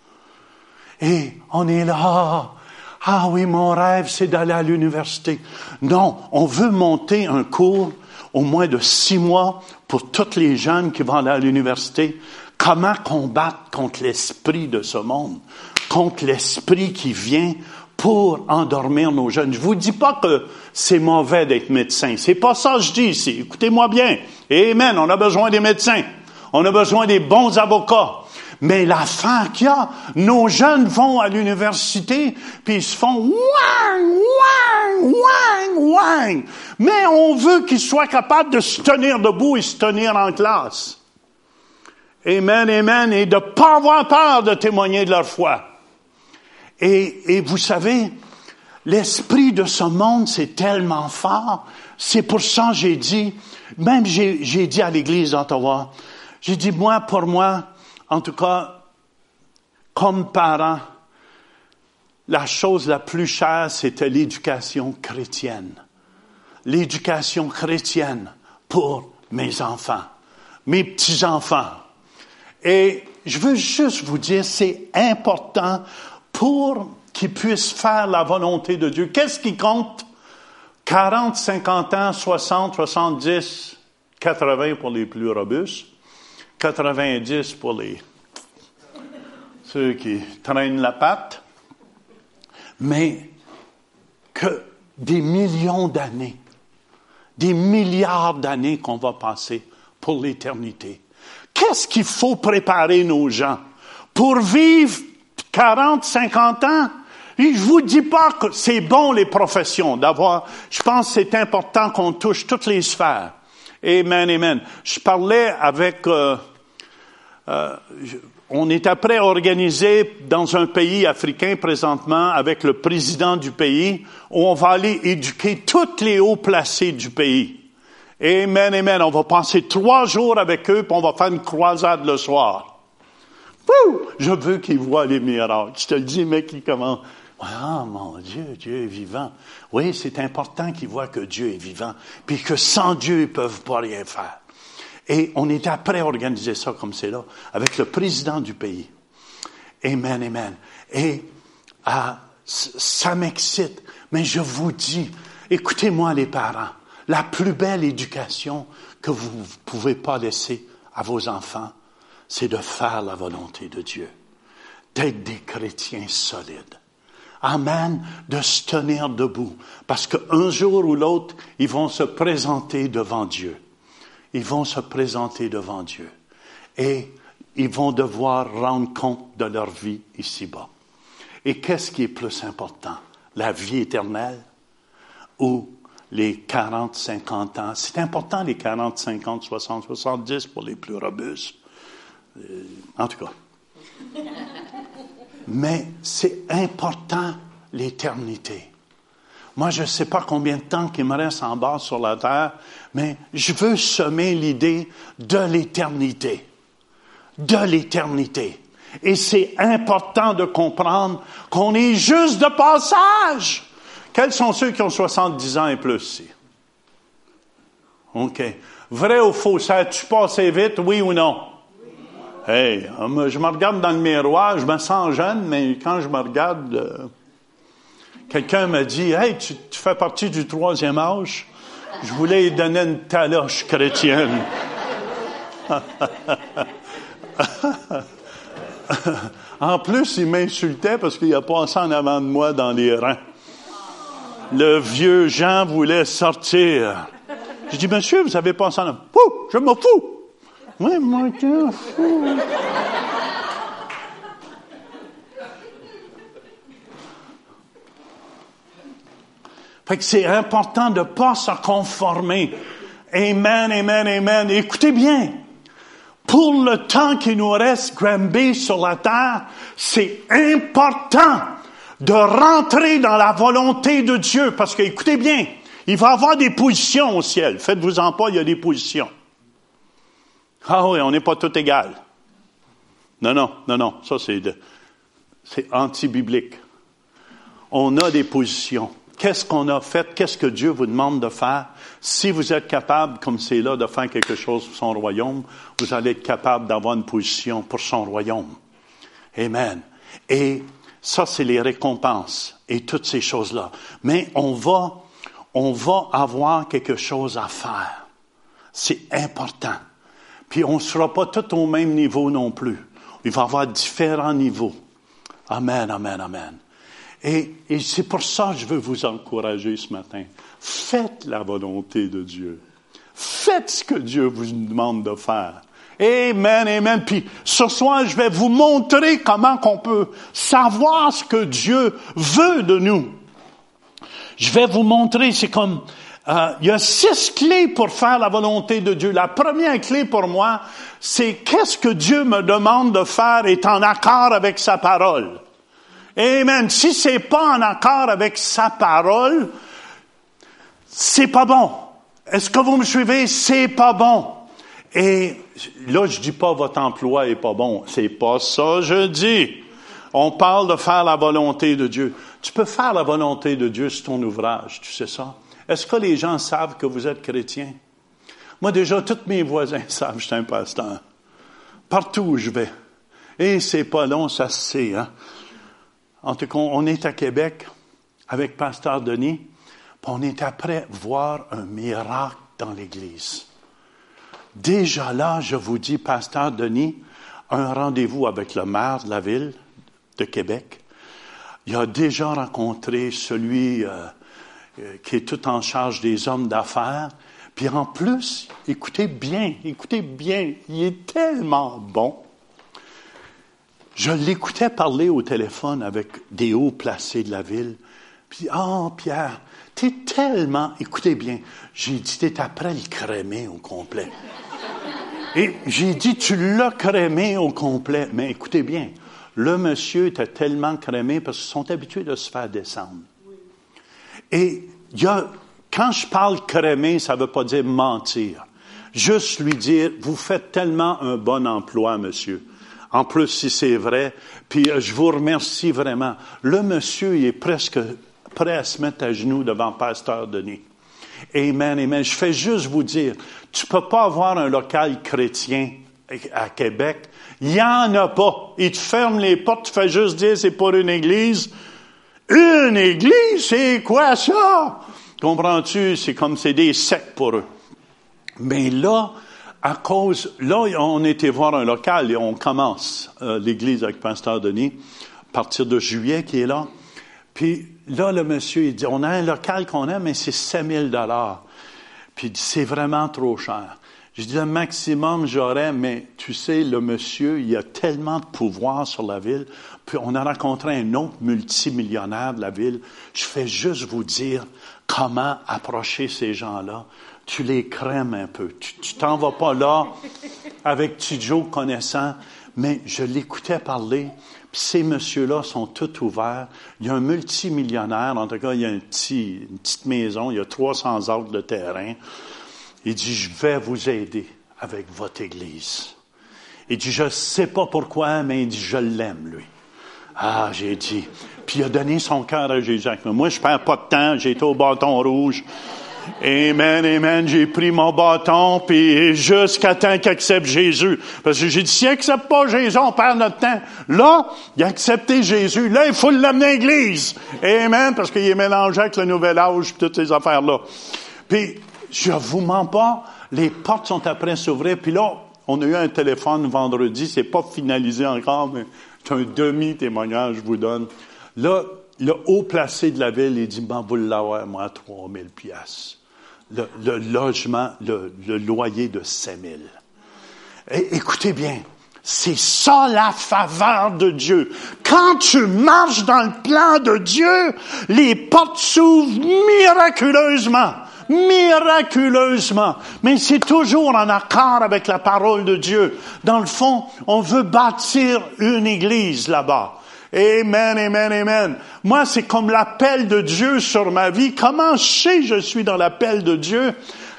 Et on est là, ah oui, mon rêve, c'est d'aller à l'université. Non, on veut monter un cours au moins de 6 mois pour tous les jeunes qui vont aller à l'université. Comment combattre contre l'esprit de ce monde, contre l'esprit qui vient pour endormir nos jeunes. Je vous dis pas que c'est mauvais d'être médecin. C'est pas ça que je dis ici. Écoutez-moi bien. Amen. On a besoin des médecins. On a besoin des bons avocats. Mais l'affaire qu'il y a, nos jeunes vont à l'université, puis ils se font ouang, ouang, ouang, ouang. Mais on veut qu'ils soient capables de se tenir debout et se tenir en classe. Amen, amen. Et de pas avoir peur de témoigner de leur foi. Et vous savez, l'esprit de ce monde, c'est tellement fort. C'est pour ça que j'ai dit, même j'ai dit à l'église d'Ottawa, j'ai dit, pour moi, en tout cas, comme parent, la chose la plus chère, c'était l'éducation chrétienne. L'éducation chrétienne pour mes enfants, mes petits-enfants. Et je veux juste vous dire, c'est important pour qu'ils puissent faire la volonté de Dieu. Qu'est-ce qui compte? 40, 50 ans, 60, 70, 80 pour les plus robustes, 90 pour ceux qui traînent la patte. Mais que des millions d'années, des milliards d'années qu'on va passer pour l'éternité. Qu'est-ce qu'il faut préparer nos gens pour vivre 40, 50 ans? Et je vous dis pas que c'est bon les professions d'avoir, je pense que c'est important qu'on touche toutes les sphères. Amen, amen. Je parlais avec, on est après organisé dans un pays africain présentement avec le président du pays où on va aller éduquer tous les hauts placés du pays. Amen, amen. On va passer 3 jours avec eux puis on va faire une croisade le soir. Wouh! Je veux qu'ils voient les miracles. Je te le dis, mec, qui commence. Ah, mon Dieu, Dieu est vivant. Oui, c'est important qu'ils voient que Dieu est vivant, puis que sans Dieu, ils peuvent pas rien faire. Et on est après organiser ça comme c'est là, avec le président du pays. Amen, amen. Et ça m'excite. Mais je vous dis, écoutez-moi les parents, la plus belle éducation que vous ne pouvez pas laisser à vos enfants, c'est de faire la volonté de Dieu, d'être des chrétiens solides. Amen, de se tenir debout. Parce qu'un jour ou l'autre, ils vont se présenter devant Dieu. Ils vont se présenter devant Dieu. Et ils vont devoir rendre compte de leur vie ici-bas. Et qu'est-ce qui est plus important? La vie éternelle ou les 40, 50 ans? C'est important les 40, 50, 60, 70 pour les plus robustes. En tout cas. Mais c'est important l'éternité. Moi, je ne sais pas combien de temps qu'il me reste en bas sur la terre, mais je veux semer l'idée de l'éternité. De l'éternité. Et c'est important de comprendre qu'on est juste de passage. Quels sont ceux qui ont 70 ans et plus ici? OK. Vrai ou faux? Ça a-tu passé vite, oui ou non? Hey, je me regarde dans le miroir, je me sens jeune, mais quand je me regarde, quelqu'un m'a dit, « Hey, tu fais partie du 3e âge? » Je voulais lui donner une taloche chrétienne. En plus, il m'insultait parce qu'il a passé en avant de moi dans les rangs. Le vieux Jean voulait sortir. J'ai dit, « Monsieur, vous avez passé en avant. »« Fou, je m'en fous. » Oui, moi, t'es fou. Fait que c'est important de ne pas se conformer. Amen, amen, amen. Écoutez bien. Pour le temps qui nous reste, Granby, sur la terre, c'est important de rentrer dans la volonté de Dieu. Parce que, écoutez bien, il va y avoir des positions au ciel. Faites-vous-en pas, il y a des positions. Ah oui, on n'est pas tous égaux. Non. Ça, c'est anti-biblique. On a des positions. Qu'est-ce qu'on a fait? Qu'est-ce que Dieu vous demande de faire? Si vous êtes capable, comme c'est là, de faire quelque chose pour son royaume, vous allez être capable d'avoir une position pour son royaume. Amen. Et ça, c'est les récompenses et toutes ces choses-là. Mais on va avoir quelque chose à faire. C'est important. Puis on ne sera pas tous au même niveau non plus. Il va y avoir différents niveaux. Amen, amen, amen. Et c'est pour ça que je veux vous encourager ce matin. Faites la volonté de Dieu. Faites ce que Dieu vous demande de faire. Amen, amen. Puis ce soir, je vais vous montrer comment qu'on peut savoir ce que Dieu veut de nous. Je vais vous montrer, c'est comme... il y a 6 clés pour faire la volonté de Dieu. La première clé pour moi, c'est qu'est-ce que Dieu me demande de faire est en accord avec sa parole. Amen. Si c'est pas en accord avec sa parole, c'est pas bon. Est-ce que vous me suivez? C'est pas bon. Et là, je dis pas votre emploi est pas bon. C'est pas ça, je dis. On parle de faire la volonté de Dieu. Tu peux faire la volonté de Dieu sur ton ouvrage, tu sais ça? Est-ce que les gens savent que vous êtes chrétien? Moi, déjà, tous mes voisins savent que je suis un pasteur. Partout où je vais. Et c'est pas long, ça se sait, hein? En tout cas, on est à Québec avec Pasteur Denis, puis on est après voir un miracle dans l'Église. Déjà là, je vous dis, Pasteur Denis, un rendez-vous avec le maire de la ville de Québec. Il a déjà rencontré celui qui est tout en charge des hommes d'affaires. Puis en plus, écoutez bien, il est tellement bon. Je l'écoutais parler au téléphone avec des hauts placés de la ville. Puis, Pierre, t'es tellement... Écoutez bien, j'ai dit, t'es après le crémer au complet. Et j'ai dit, tu l'as crémé au complet. Mais écoutez bien, le monsieur était tellement crémé parce qu'ils sont habitués de se faire descendre. Et quand je parle crémer, ça ne veut pas dire mentir. Juste lui dire, vous faites tellement un bon emploi, monsieur. En plus, si c'est vrai, puis je vous remercie vraiment. Le monsieur, il est presque prêt à se mettre à genoux devant Pasteur Denis. Amen, amen. Je fais juste vous dire, tu peux pas avoir un local chrétien à Québec. Il y en a pas. Ils te ferment les portes, tu fais juste dire, c'est pour une église. Une église, c'est quoi ça? Comprends-tu? C'est comme c'est des sectes pour eux. Mais là, on était voir un local et on commence l'église avec Pasteur Denis à partir de juillet qui est là. Puis là, le monsieur, il dit, on a un local qu'on a, mais c'est 5 000 $. Puis il dit, c'est vraiment trop cher. J'ai dit, le maximum j'aurais, mais tu sais, le monsieur, il a tellement de pouvoir sur la ville. Puis on a rencontré un autre multimillionnaire de la ville. Je fais juste vous dire comment approcher ces gens-là. Tu les crèmes un peu. Tu t'en vas pas là avec petit Joe connaissant, mais je l'écoutais parler. Puis ces messieurs-là sont tous ouverts. Il y a un multimillionnaire, en tout cas, il y a une petite maison, il y a 300 acres de terrain. Il dit, je vais vous aider avec votre église. Il dit, je sais pas pourquoi, mais il dit, je l'aime, lui. Ah, j'ai dit. Puis il a donné son cœur à Jésus. Moi, je perds pas de temps, j'ai été au bâton rouge. Amen, amen. J'ai pris mon bâton, puis jusqu'à temps qu'il accepte Jésus. Parce que j'ai dit, s'il accepte pas Jésus, on perd notre temps. Là, il a accepté Jésus. Là, il faut l'amener à l'église. Amen, parce qu'il est mélangé avec le nouvel âge, puis toutes ces affaires-là. Puis, je vous mens pas, les portes sont après s'ouvrir. Puis là, on a eu un téléphone vendredi, c'est pas finalisé encore, mais c'est un demi-témoignage, je vous donne. Là, le haut placé de la ville, il dit, ben, vous l'avez, moi, 3 000 piastres. Le logement, le loyer de 5 000. Et, écoutez bien, c'est ça la faveur de Dieu. Quand tu marches dans le plan de Dieu, les portes s'ouvrent miraculeusement. Miraculeusement. Mais c'est toujours en accord avec la parole de Dieu. Dans le fond, on veut bâtir une église là-bas. Amen, amen, amen. Moi, c'est comme l'appel de Dieu sur ma vie. Comment je sais que je suis dans l'appel de Dieu?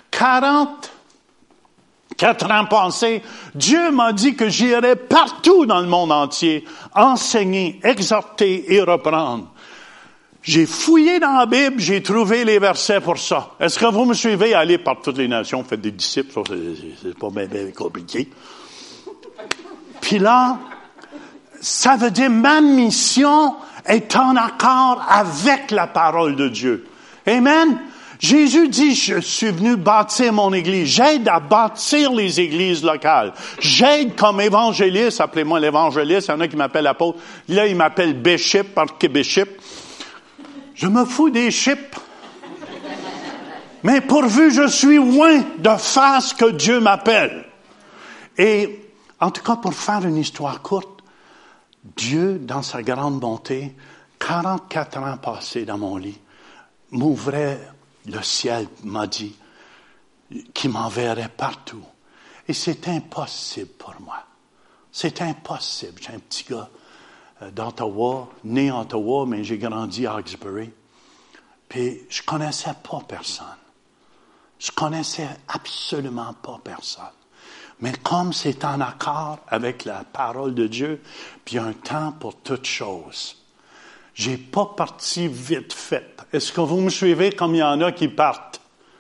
44 ans passés, Dieu m'a dit que j'irais partout dans le monde entier, enseigner, exhorter et reprendre. J'ai fouillé dans la Bible, j'ai trouvé les versets pour ça. Est-ce que vous me suivez? Allez par toutes les nations, faites des disciples, c'est pas bien compliqué. Puis là, ça veut dire ma mission est en accord avec la parole de Dieu. Amen. Jésus dit, je suis venu bâtir mon église. J'aide à bâtir les églises locales. J'aide comme évangéliste, appelez-moi l'évangéliste, il y en a qui m'appellent apôtre. Là, il m'appelle bishop, parce que bishop. Je me fous des chips. Mais pourvu je suis loin de faire ce que Dieu m'appelle. Et, en tout cas, pour faire une histoire courte, Dieu, dans sa grande bonté, 44 ans passés dans mon lit, m'ouvrait le ciel, m'a dit, qu'il m'enverrait partout. Et c'est impossible pour moi. C'est impossible. J'ai un petit gars d'Ottawa, né à Ottawa, mais j'ai grandi à Hawkesbury. Puis je connaissais pas personne. Je connaissais absolument pas personne. Mais comme c'est en accord avec la parole de Dieu, puis il y a un temps pour toutes choses. J'ai pas parti vite fait. Est-ce que vous me suivez comme il y en a qui partent?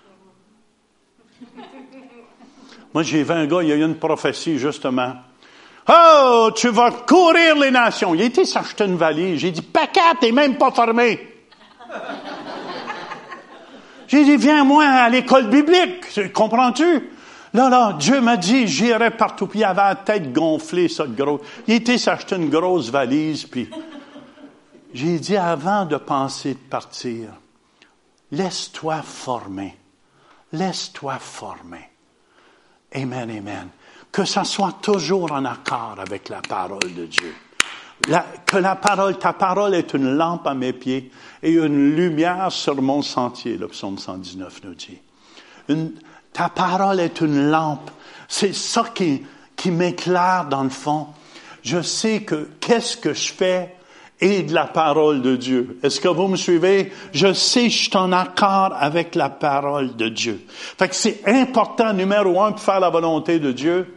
Moi, j'ai vu un gars, il y a eu une prophétie, justement. Oh, tu vas courir les nations. Il a été s'acheter une valise. J'ai dit, paquet, t'es même pas formé. J'ai dit, viens-moi à l'école biblique. Comprends-tu? Là, Dieu m'a dit, j'irai partout. Puis il avait la tête gonflée, ça, de gros. Il était s'acheter une grosse valise, puis j'ai dit, avant de penser de partir, laisse-toi former. Laisse-toi former. Amen, amen. Que ça soit toujours en accord avec la parole de Dieu. Ta parole est une lampe à mes pieds et une lumière sur mon sentier, le psaume 119 nous dit. Ta parole est une lampe. C'est ça qui m'éclaire dans le fond. Je sais que qu'est-ce que je fais est de la parole de Dieu. Est-ce que vous me suivez? Je sais que je suis en accord avec la parole de Dieu. Fait que c'est important, numéro 1, pour faire la volonté de Dieu.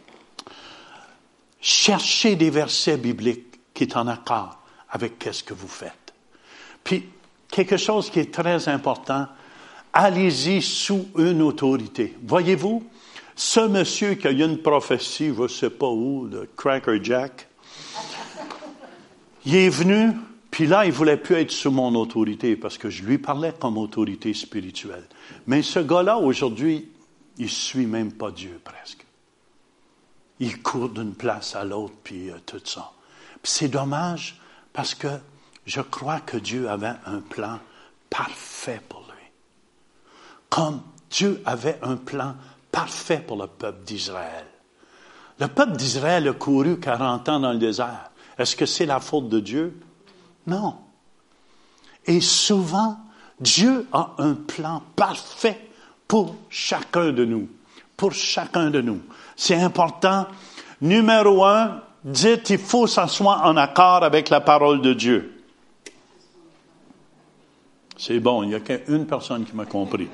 Cherchez des versets bibliques qui sont en accord avec qu'est-ce que vous faites. Puis, quelque chose qui est très important, allez-y sous une autorité. Voyez-vous, ce monsieur qui a eu une prophétie, je ne sais pas où, le Cracker Jack, il est venu, puis là, il voulait plus être sous mon autorité parce que je lui parlais comme autorité spirituelle. Mais ce gars-là, aujourd'hui, il suit même pas Dieu presque. Il court d'une place à l'autre, puis tout ça. Puis c'est dommage parce que je crois que Dieu avait un plan parfait pour lui. Comme Dieu avait un plan parfait pour le peuple d'Israël. Le peuple d'Israël a couru 40 ans dans le désert. Est-ce que c'est la faute de Dieu? Non. Et souvent, Dieu a un plan parfait pour chacun de nous. Pour chacun de nous. C'est important. Numéro 1, dites, il faut s'asseoir en accord avec la parole de Dieu. C'est bon, il n'y a qu'une personne qui m'a compris.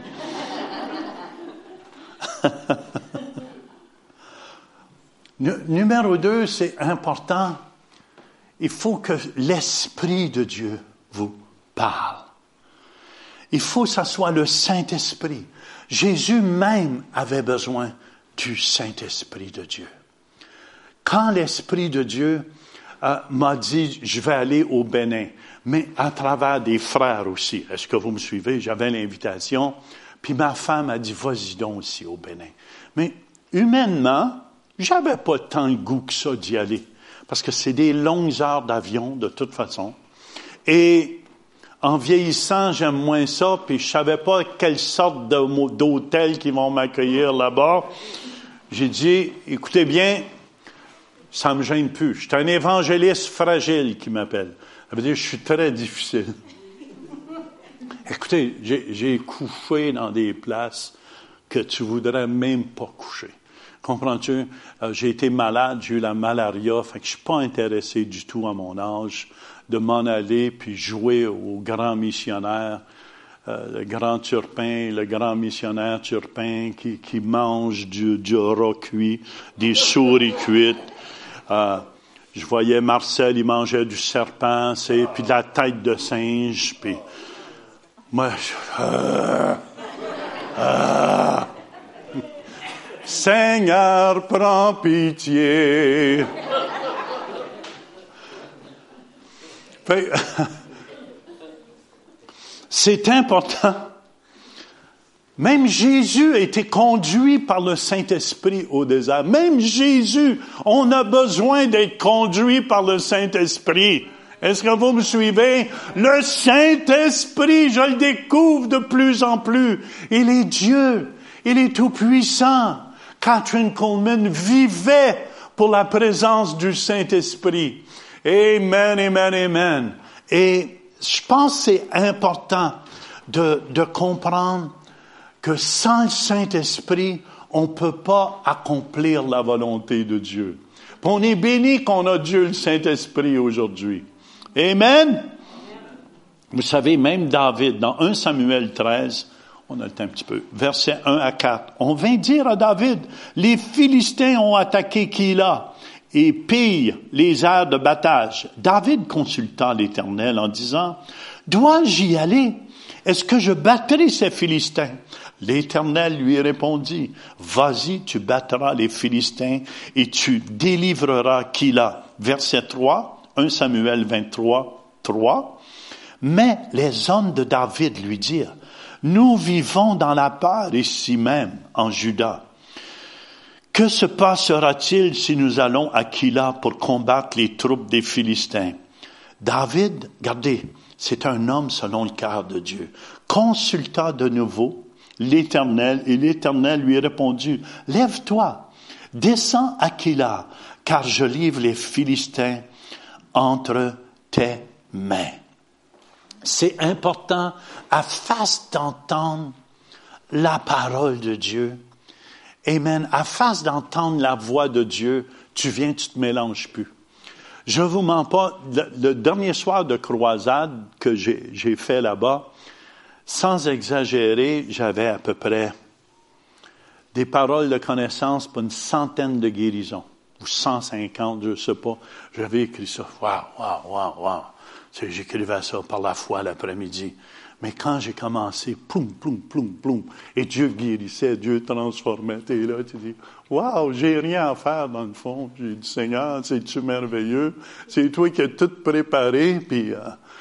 Numéro 2, c'est important. Il faut que l'Esprit de Dieu vous parle. Il faut que ça soit le Saint-Esprit. Jésus même avait besoin du Saint-Esprit de Dieu. Quand l'Esprit de Dieu m'a dit, je vais aller au Bénin, mais à travers des frères aussi. Est-ce que vous me suivez? J'avais l'invitation, puis ma femme a dit, vas-y donc aussi au Bénin. Mais humainement, j'avais pas tant le goût que ça d'y aller, parce que c'est des longues heures d'avion de toute façon. Et en vieillissant, j'aime moins ça, puis je savais pas quelle sorte d'hôtel qui vont m'accueillir là-bas. J'ai dit, écoutez bien, ça me gêne plus. Je suis un évangéliste fragile qui m'appelle. Ça veut dire que je suis très difficile. Écoutez, j'ai couché dans des places que tu voudrais même pas coucher. Comprends-tu? J'ai été malade, j'ai eu la malaria, fait que je suis pas intéressé du tout à mon âge de m'en aller puis jouer au grand missionnaire, le grand Turpin, le grand missionnaire Turpin qui mange du rat cuit, des souris cuites. Je voyais Marcel, il mangeait du serpent, puis de la tête de singe, puis moi, Seigneur, prends pitié. C'est important. Même Jésus a été conduit par le Saint-Esprit au désert. Même Jésus, on a besoin d'être conduit par le Saint-Esprit. Est-ce que vous me suivez? Le Saint-Esprit, je le découvre de plus en plus. Il est Dieu. Il est tout-puissant. Catherine Coleman vivait pour la présence du Saint-Esprit. Amen, amen, amen. Et je pense que c'est important de comprendre que sans le Saint-Esprit, on ne peut pas accomplir la volonté de Dieu. Puis on est béni qu'on a Dieu, le Saint-Esprit, aujourd'hui. Amen. Vous savez, même David, dans 1 Samuel 13, on a le temps un petit peu, versets 1 à 4, on vint dire à David, les Philistins ont attaqué Keïla et pillent les aires de battage. David consulta l'Éternel en disant, dois-je y aller? Est-ce que je battrai ces Philistins? L'Éternel lui répondit, vas-y, tu battras les Philistins et tu délivreras Keïla. Verset 3, 1 Samuel 23, 3. Mais les hommes de David lui dirent, nous vivons dans la peur ici même, en Juda. Que se passera-t-il si nous allons à Keïla pour combattre les troupes des Philistins? David, regardez, c'est un homme selon le cœur de Dieu, consulta de nouveau l'Éternel, et l'Éternel lui répondit, lève-toi, descends à Keïla, car je livre les Philistins entre tes mains. C'est important, à face d'entendre la parole de Dieu. Amen. À face d'entendre la voix de Dieu, tu te mélanges plus. Je vous mens pas, le dernier soir de croisade que j'ai fait là-bas, sans exagérer, j'avais à peu près des paroles de connaissance pour une centaine de guérisons, ou 150, je sais pas. J'avais écrit ça. Wow. J'écrivais ça par la foi l'après-midi. Mais quand j'ai commencé, ploum, et Dieu guérissait, Dieu transformait, t'es là, tu dis, wow, j'ai rien à faire dans le fond. J'ai dit, Seigneur, c'est-tu merveilleux? C'est toi qui as tout préparé, puis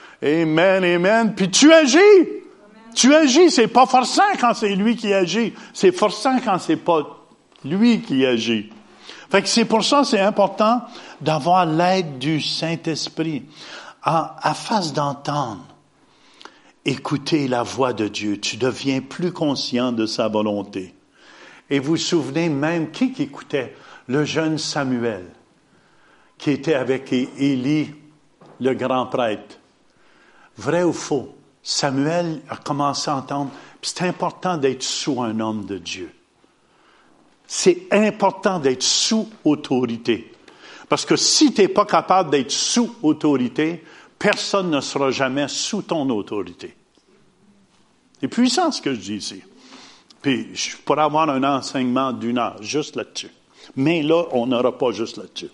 amen, puis tu agis! Tu agis, c'est pas forçant quand c'est lui qui agit. C'est forçant quand c'est pas lui qui agit. Fait que c'est pour ça, c'est important d'avoir l'aide du Saint-Esprit. À face d'entendre, écouter la voix de Dieu, tu deviens plus conscient de sa volonté. Et vous vous souvenez même qui écoutait? Le jeune Samuel, qui était avec Élie, le grand prêtre. Vrai ou faux? Samuel a commencé à entendre, puis c'est important d'être sous un homme de Dieu. C'est important d'être sous autorité. Parce que si tu n'es pas capable d'être sous autorité, personne ne sera jamais sous ton autorité. C'est puissant ce que je dis ici. Puis je pourrais avoir un enseignement d'1 heure juste là-dessus. Mais là, on n'aura pas juste là-dessus.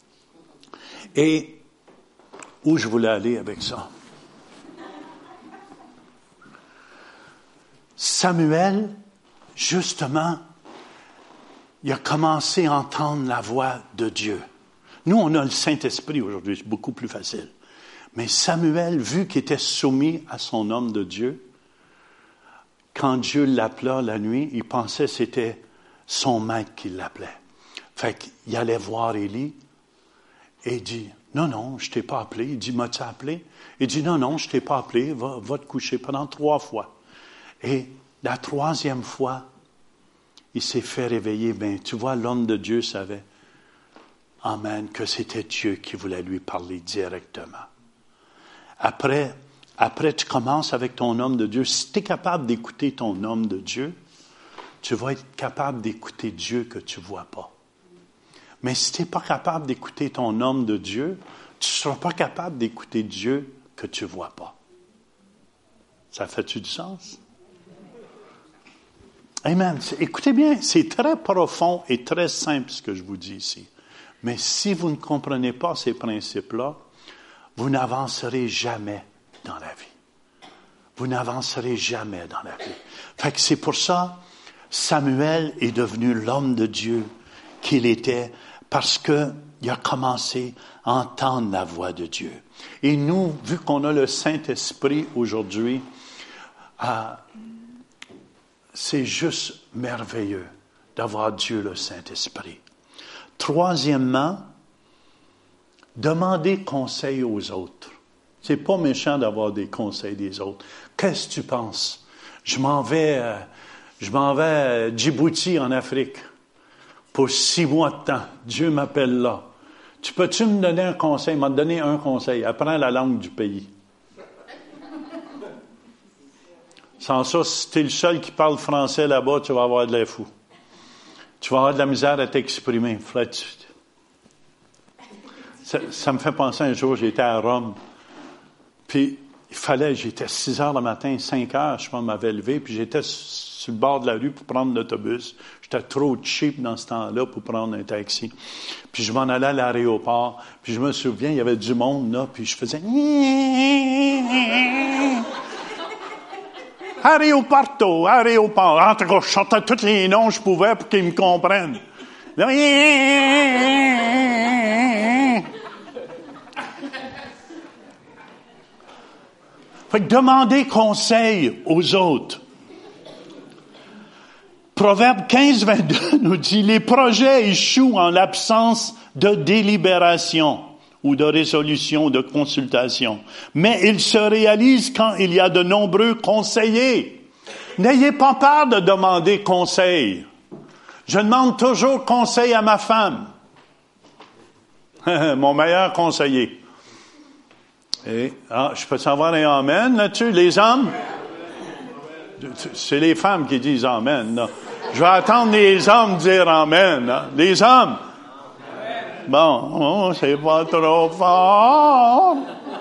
Et où je voulais aller avec ça? Samuel, justement, il a commencé à entendre la voix de Dieu. Nous, on a le Saint-Esprit aujourd'hui, c'est beaucoup plus facile. Mais Samuel, vu qu'il était soumis à son homme de Dieu, quand Dieu l'appela la nuit, il pensait que c'était son maître qui l'appelait. Fait qu'il allait voir Élie et il dit, non, je t'ai pas appelé. Il dit, m'as-tu appelé? Il dit, non, je t'ai pas appelé, va te coucher pendant 3 fois. Et la 3e fois, il s'est fait réveiller. Ben, tu vois, l'homme de Dieu savait, amen, que c'était Dieu qui voulait lui parler directement. Après, tu commences avec ton homme de Dieu. Si tu es capable d'écouter ton homme de Dieu, tu vas être capable d'écouter Dieu que tu ne vois pas. Mais si tu n'es pas capable d'écouter ton homme de Dieu, tu ne seras pas capable d'écouter Dieu que tu ne vois pas. Ça fait-tu du sens? Amen. Écoutez bien, c'est très profond et très simple ce que je vous dis ici. Mais si vous ne comprenez pas ces principes-là, vous n'avancerez jamais dans la vie. Vous n'avancerez jamais dans la vie. Fait que c'est pour ça, Samuel est devenu l'homme de Dieu qu'il était, parce qu'il a commencé à entendre la voix de Dieu. Et nous, vu qu'on a le Saint-Esprit aujourd'hui, c'est juste merveilleux d'avoir Dieu le Saint-Esprit. 3e, demandez conseil aux autres. C'est pas méchant d'avoir des conseils des autres. Qu'est-ce que tu penses? Je m'en vais à Djibouti, en Afrique, pour 6 mois de temps. Dieu m'appelle là. Peux-tu me donner un conseil? Il m'a donné un conseil. Apprends la langue du pays. Sans ça, si tu es le seul qui parle français là-bas, tu vas avoir de l'air fou. Tu vas avoir de la misère à t'exprimer. Ça me fait penser un jour, j'étais à Rome, puis j'étais 6 heures le matin, 5 heures, je m'avais levé, puis j'étais sur le bord de la rue pour prendre l'autobus. J'étais trop cheap dans ce temps-là pour prendre un taxi. Puis je m'en allais à l'aéroport, puis je me souviens, il y avait du monde là, puis je faisais... Aéroporto. En tout cas, je sortais tous les noms que je pouvais pour qu'ils me comprennent. Là, fait que demandez conseil aux autres. Proverbe 15-22 nous dit, les projets échouent en l'absence de délibération ou de résolution, de consultation. Mais ils se réalisent quand il y a de nombreux conseillers. N'ayez pas peur de demander conseil. Je demande toujours conseil à ma femme. Mon meilleur conseiller. Et, je peux savoir un amen là-dessus, les hommes? C'est les femmes qui disent amen, là. Je vais attendre les hommes dire amen, là. Les hommes? Bon, c'est pas trop fort.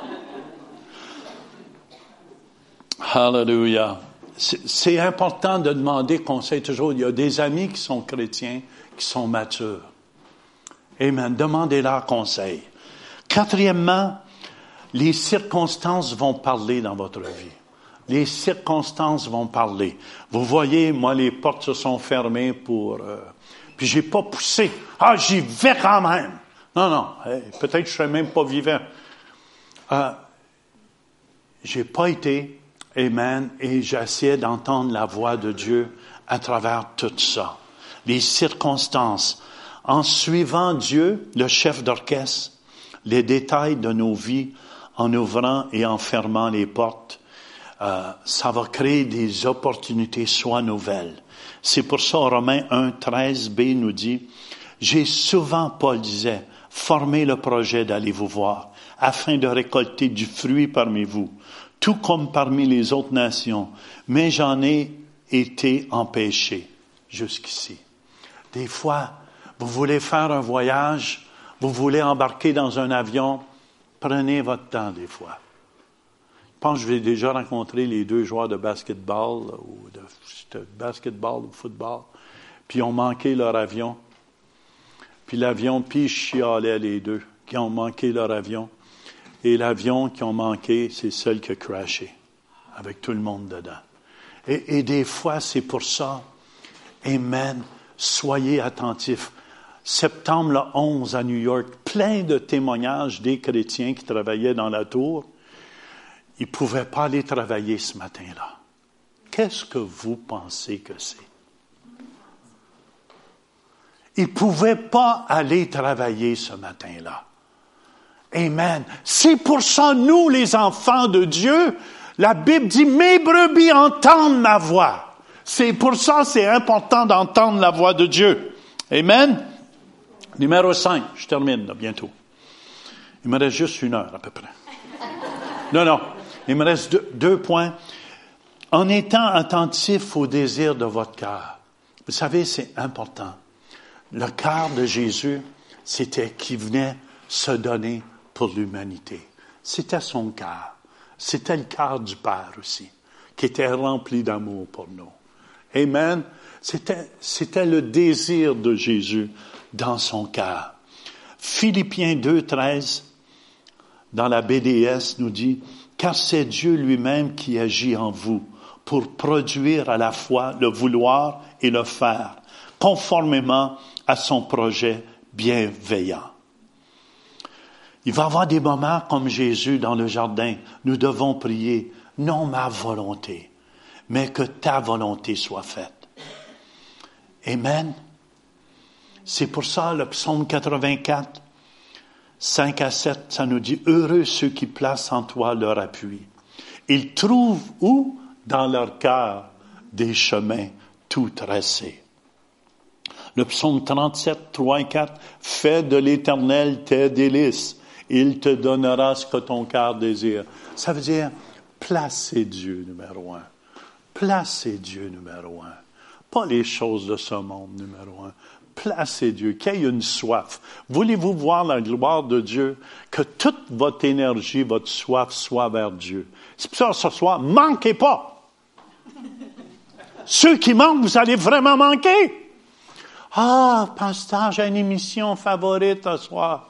Hallelujah. C'est important de demander conseil toujours. Il y a des amis qui sont chrétiens, qui sont matures. Amen. Demandez-leur conseil. 4e, les circonstances vont parler dans votre vie. Les circonstances vont parler. Vous voyez, moi, les portes se sont fermées pour... puis j'ai pas poussé. J'y vais quand même. Non. Peut-être que je serais même pas vivant. J'ai pas été... Amen. Et j'essayais d'entendre la voix de Dieu à travers tout ça. Les circonstances. En suivant Dieu, le chef d'orchestre, les détails de nos vies, en ouvrant et en fermant les portes, ça va créer des opportunités soit nouvelles. C'est pour ça, Romains 1, 13b nous dit, « J'ai souvent, Paul disait, formé le projet d'aller vous voir, afin de récolter du fruit parmi vous, tout comme parmi les autres nations, mais j'en ai été empêché jusqu'ici. » Des fois, vous voulez faire un voyage, vous voulez embarquer dans un avion, prenez votre temps des fois. Je pense que j'ai déjà rencontré les 2 joueurs de basketball, ou de football, puis ils ont manqué leur avion. Puis l'avion, puis ils chialaient les deux, qui ont manqué leur avion. Et l'avion qu'ils ont manqué, c'est celui qui a crashé, avec tout le monde dedans. Et des fois, c'est pour ça, amen, soyez attentifs. Septembre le 11 à New York, plein de témoignages des chrétiens qui travaillaient dans la tour. Ils ne pouvaient pas aller travailler ce matin-là. Qu'est-ce que vous pensez que c'est? Ils ne pouvaient pas aller travailler ce matin-là. Amen. C'est pour ça, nous, les enfants de Dieu, la Bible dit, « Mes brebis entendent ma voix. » C'est pour ça, c'est important d'entendre la voix de Dieu. Amen. Numéro 5, je termine là, bientôt. Il me reste juste 1 heure à peu près. Non, il me reste 2 points. En étant attentif au désir de votre cœur. Vous savez, c'est important. Le cœur de Jésus, c'était qu'il venait se donner pour l'humanité. C'était son cœur. C'était le cœur du Père aussi, qui était rempli d'amour pour nous. Amen. C'était le désir de Jésus dans son cœur. Philippiens 2, 13, dans la BDS, nous dit, « Car c'est Dieu lui-même qui agit en vous pour produire à la fois le vouloir et le faire, conformément à son projet bienveillant. » Il va y avoir des moments comme Jésus dans le jardin. Nous devons prier, non ma volonté, mais que ta volonté soit faite. Amen. C'est pour ça le psaume 84, 5 à 7, ça nous dit, « Heureux ceux qui placent en toi leur appui. Ils trouvent où? Dans leur cœur des chemins tout tracés. » Le psaume 37, 3 et 4, « Fais de l'Éternel tes délices. Il te donnera ce que ton cœur désire. » Ça veut dire, placez Dieu numéro 1. Placez Dieu numéro 1. Pas les choses de ce monde numéro 1. Placez Dieu, qu'il y ait une soif. Voulez-vous voir la gloire de Dieu? Que toute votre énergie, votre soif soit vers Dieu. C'est pour ça, ce soir, manquez pas. Ceux qui manquent, vous allez vraiment manquer. Ah, pasteur, j'ai une émission favorite ce soir.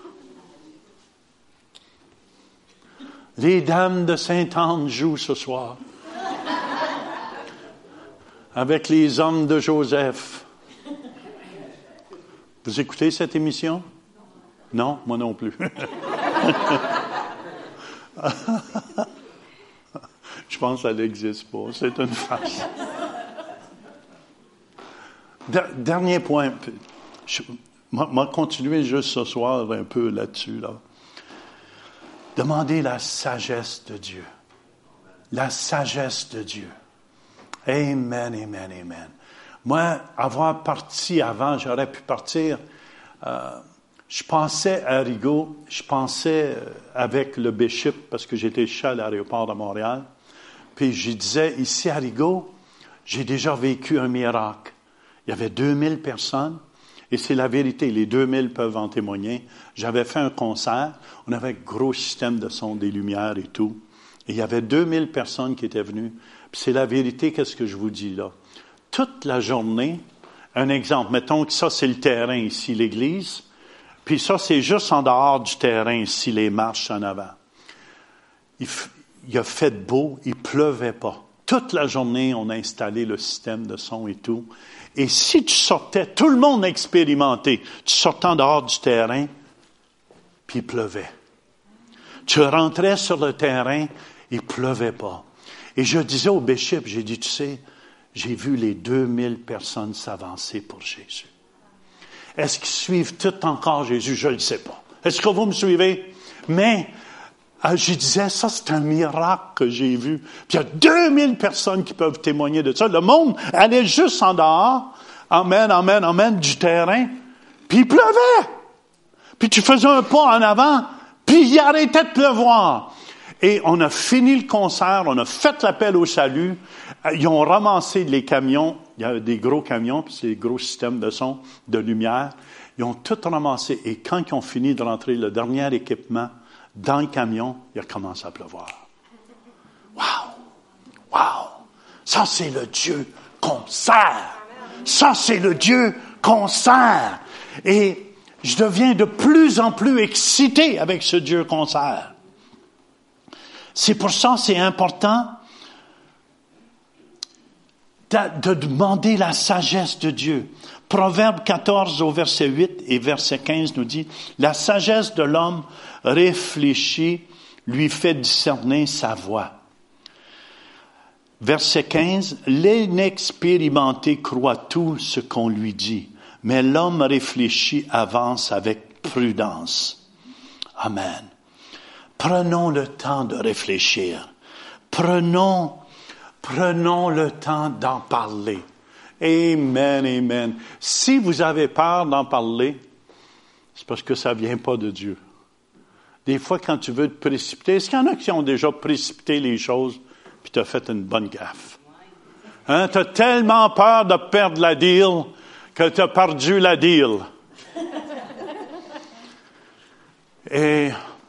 Les dames de Sainte-Anne jouent ce soir. Avec les hommes de Joseph. Vous écoutez cette émission? Non, moi non plus. Je pense qu'elle n'existe pas. C'est une farce. Dernier point. Je vais continuer juste ce soir un peu là-dessus. Là. Demandez la sagesse de Dieu. La sagesse de Dieu. Amen, amen, amen. Moi, avoir parti avant, j'aurais pu partir. Je pensais à Rigaud, je pensais avec le Bishop, parce que j'étais chez à l'aéroport de Montréal. Puis je disais, ici à Rigaud, j'ai déjà vécu un miracle. Il y avait 2000 personnes, et c'est la vérité, les 2000 peuvent en témoigner. J'avais fait un concert, on avait un gros système de son, des lumières et tout. Et il y avait 2000 personnes qui étaient venues. Puis c'est la vérité, qu'est-ce que je vous dis là? Toute la journée, un exemple, mettons que ça c'est le terrain ici, l'église, puis ça c'est juste en dehors du terrain ici, les marches en avant. Il a fait beau, il pleuvait pas. Toute la journée, on a installé le système de son et tout. Et si tu sortais, tout le monde a expérimenté, tu sortais en dehors du terrain, puis il pleuvait. Tu rentrais sur le terrain, il pleuvait pas. Et je disais au bishop, j'ai dit, tu sais, j'ai vu les 2000 personnes s'avancer pour Jésus. Est-ce qu'ils suivent tout encore Jésus? Je ne le sais pas. Est-ce que vous me suivez? Mais je disais, ça, c'est un miracle que j'ai vu. Puis il y a 2000 personnes qui peuvent témoigner de ça. Le monde allait juste en dehors, amen, amen, amen, du terrain, puis il pleuvait. Puis tu faisais un pas en avant, puis il arrêtait de pleuvoir. Et on a fini le concert, on a fait l'appel au salut. Ils ont ramassé les camions, il y a des gros camions, puis c'est des gros systèmes de son, de lumière. Ils ont tout ramassé. Et quand ils ont fini de rentrer le dernier équipement dans le camion, il a commencé à pleuvoir. Wow! Wow! Ça, c'est le Dieu qu'on sert. Ça, c'est le Dieu qu'on sert. Et je deviens de plus en plus excité avec ce Dieu qu'on sert. C'est pour ça que c'est important de demander la sagesse de Dieu. Proverbe 14 au verset 8 et verset 15 nous dit, « La sagesse de l'homme réfléchit, lui fait discerner sa voie. » Verset 15, « L'inexpérimenté croit tout ce qu'on lui dit, mais l'homme réfléchi avance avec prudence. » Amen. Prenons le temps de réfléchir. Prenons le temps d'en parler. Amen, amen. Si vous avez peur d'en parler, c'est parce que ça vient pas de Dieu. Des fois, quand tu veux te précipiter, est-ce qu'il y en a qui ont déjà précipité les choses puis tu as fait une bonne gaffe? Hein? Tu as tellement peur de perdre la deal que tu as perdu la deal. Et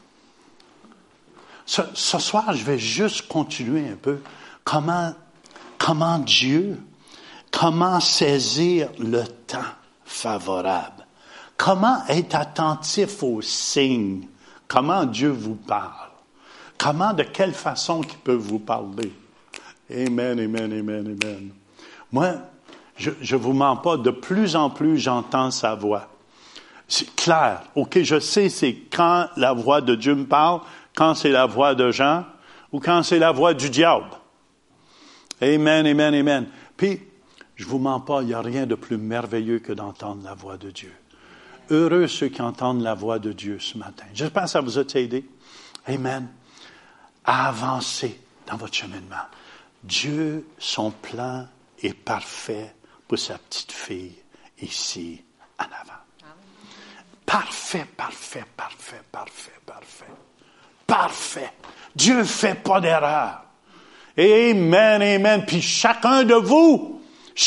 ce soir, je vais juste continuer un peu. Comment Dieu, comment saisir le temps favorable? Comment être attentif aux signes? Comment Dieu vous parle? Comment, de quelle façon qu'il peut vous parler? Amen, amen, amen, amen. Moi, je vous mens pas, de plus en plus, j'entends sa voix. C'est clair. OK, je sais, c'est quand la voix de Dieu me parle, quand c'est la voix de Jean, ou quand c'est la voix du diable. Amen, amen, amen. Puis, je vous mens pas, il n'y a rien de plus merveilleux que d'entendre la voix de Dieu. Heureux ceux qui entendent la voix de Dieu ce matin. J'espère que ça vous a aidé. Amen. À avancer dans votre cheminement. Dieu, son plan est parfait pour sa petite fille ici en avant. Parfait, parfait, parfait, parfait, parfait. Parfait. Dieu fait pas d'erreur. Amen, amen. Puis chacun de vous,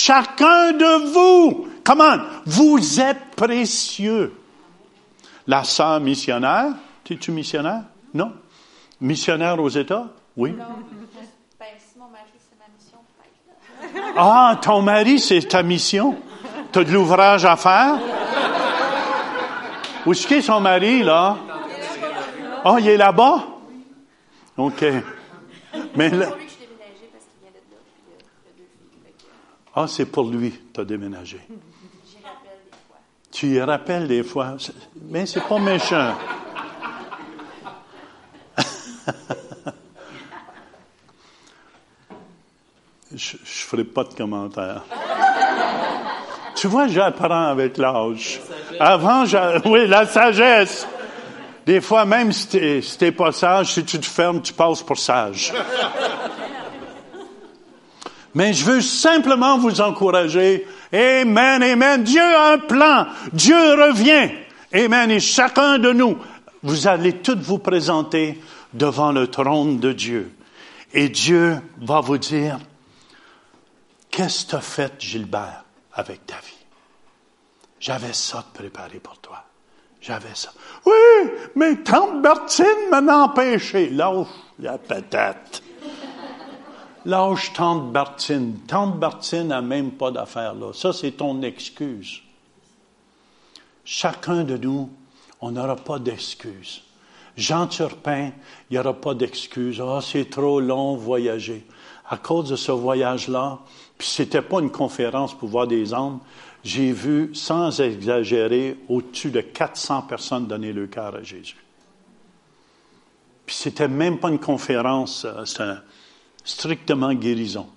come on, vous êtes précieux. La sœur missionnaire, es-tu missionnaire? Non? Missionnaire aux États? Oui. Non, si mon mari, c'est ma mission. Ah, ton mari, c'est ta mission? Tu as de l'ouvrage à faire? Où est-ce qu'est son mari, là? Ah, il est là-bas? OK. Mais là... Ah, c'est pour lui que tu as déménagé. J'y rappelle des fois. Tu y rappelles des fois. Mais c'est pas méchant. Je ferai pas de commentaires. Tu vois, j'apprends avec l'âge. Avant, oui, la sagesse. Des fois, même si t'es pas sage, si tu te fermes, tu passes pour sage. Mais je veux simplement vous encourager. Amen, amen. Dieu a un plan. Dieu revient. Amen. Et chacun de nous, vous allez tous vous présenter devant le trône de Dieu. Et Dieu va vous dire, qu'est-ce que tu as fait, Gilbert, avec ta vie? J'avais ça de préparé pour toi. J'avais ça. Oui, mais tante Bertine m'a empêché. Lâche la patate. Lâche tante Bertine. Tante Bertine n'a même pas d'affaire là. Ça, c'est ton excuse. Chacun de nous, on n'aura pas d'excuse. Jean Turpin, il n'y aura pas d'excuse. Ah, c'est trop long voyager. À cause de ce voyage-là, puis c'était pas une conférence pour voir des âmes, j'ai vu, sans exagérer, au-dessus de 400 personnes donner le cœur à Jésus. Puis c'était même pas une conférence, c'était strictement guérison.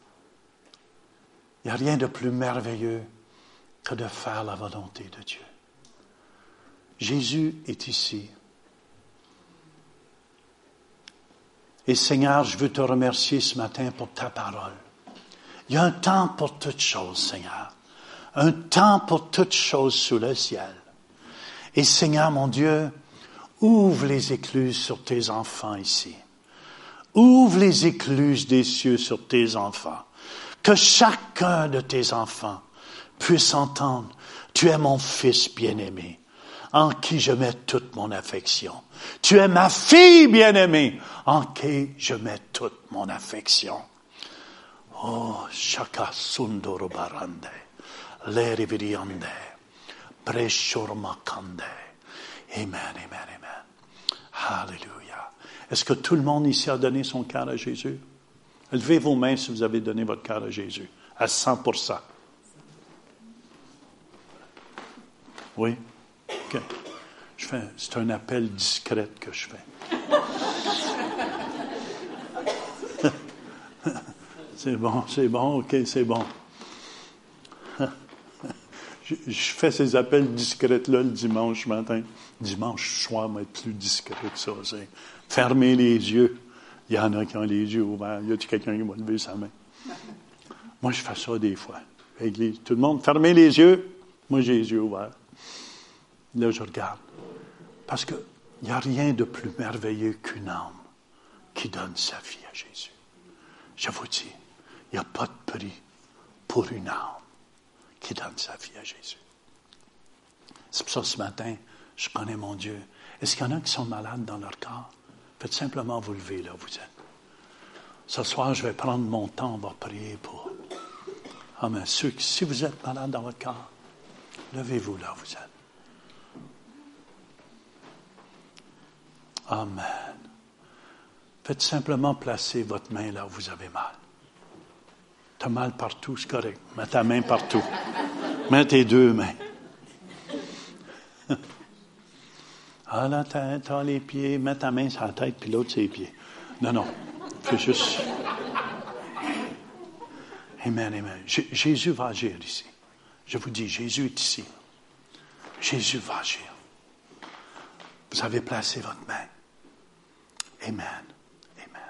Il n'y a rien de plus merveilleux que de faire la volonté de Dieu. Jésus est ici. Et Seigneur, je veux te remercier ce matin pour ta parole. Il y a un temps pour toutes choses, Seigneur. Un temps pour toutes choses sous le ciel. Et Seigneur, mon Dieu, ouvre les écluses sur tes enfants ici. Ouvre les écluses des cieux sur tes enfants. Que chacun de tes enfants puisse entendre, tu es mon fils bien-aimé, en qui je mets toute mon affection. Tu es ma fille bien-aimée, en qui je mets toute mon affection. Oh, Shaka Sundoro Barande, Leriviriande, Preshurmakande. Amen, amen, amen. Alléluia. Est-ce que tout le monde ici a donné son cœur à Jésus? Levez vos mains si vous avez donné votre cœur à Jésus, à 100%. Oui? OK. C'est un appel discret que je fais. C'est bon, OK, c'est bon. Je fais ces appels discrets-là le dimanche matin. Dimanche soir, mais plus discret que ça. C'est fermer les yeux. Il y en a qui ont les yeux ouverts. Y a-t-il quelqu'un qui va lever sa main? Moi, je fais ça des fois. Église, tout le monde, fermez les yeux. Moi, j'ai les yeux ouverts. Là, je regarde. Parce qu'il n'y a rien de plus merveilleux qu'une âme qui donne sa vie à Jésus. Je vous dis, il n'y a pas de prix pour une âme qui donne sa vie à Jésus. C'est pour ça, ce matin, je connais mon Dieu. Est-ce qu'il y en a qui sont malades dans leur corps? Faites simplement vous lever là où vous êtes. Ce soir, je vais prendre mon temps, on va prier pour. Amen. Si vous êtes malade dans votre corps, levez-vous là où vous êtes. Amen. Faites simplement placer votre main là où vous avez mal. Tu as mal partout, c'est correct. Mets ta main partout. Mets tes deux mains. Ah, la tête, ah, les pieds. Mets ta main sur la tête, puis l'autre sur les pieds. Non. Fais juste. Amen, amen. Jésus va agir ici. Je vous dis, Jésus est ici. Jésus va agir. Vous avez placé votre main. Amen. Amen.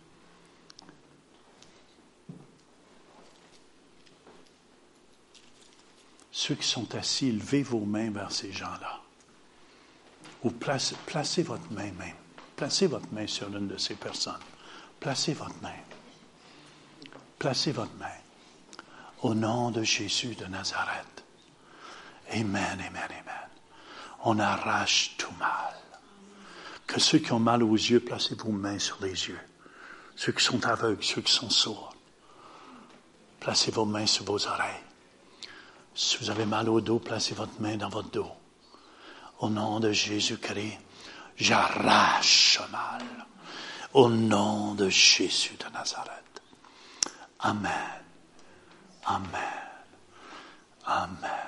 Ceux qui sont assis, levez vos mains vers ces gens-là. Ou placez votre main même. Placez votre main sur l'une de ces personnes. Placez votre main. Placez votre main. Au nom de Jésus de Nazareth. Amen, amen, amen. On arrache tout mal. Que ceux qui ont mal aux yeux, placez vos mains sur les yeux. Ceux qui sont aveugles, ceux qui sont sourds. Placez vos mains sur vos oreilles. Si vous avez mal au dos, placez votre main dans votre dos. Au nom de Jésus-Christ, j'arrache ce mal. Au nom de Jésus de Nazareth. Amen. Amen. Amen.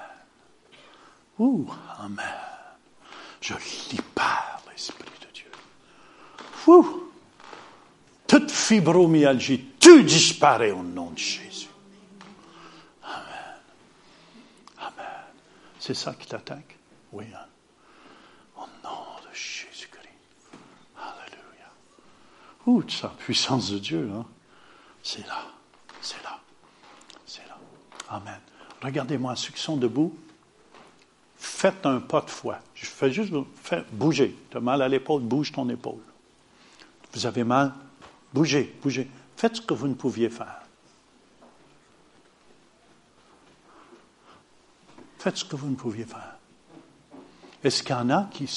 Amen. Je libère l'Esprit de Dieu. Toute fibromyalgie, tu disparais au nom de Jésus. Amen. Amen. C'est ça qui t'attaque? Oui, hein? Au nom de Jésus-Christ. Alléluia. Tu sens la puissance de Dieu, hein? C'est là. C'est là. C'est là. Amen. Regardez-moi, ceux qui sont debout, faites un pas de foi. Je fais juste bouger. Tu as mal à l'épaule, bouge ton épaule. Vous avez mal? Bougez. Faites ce que vous ne pouviez faire. Faites ce que vous ne pouviez faire. Est-ce qu'il y en a qui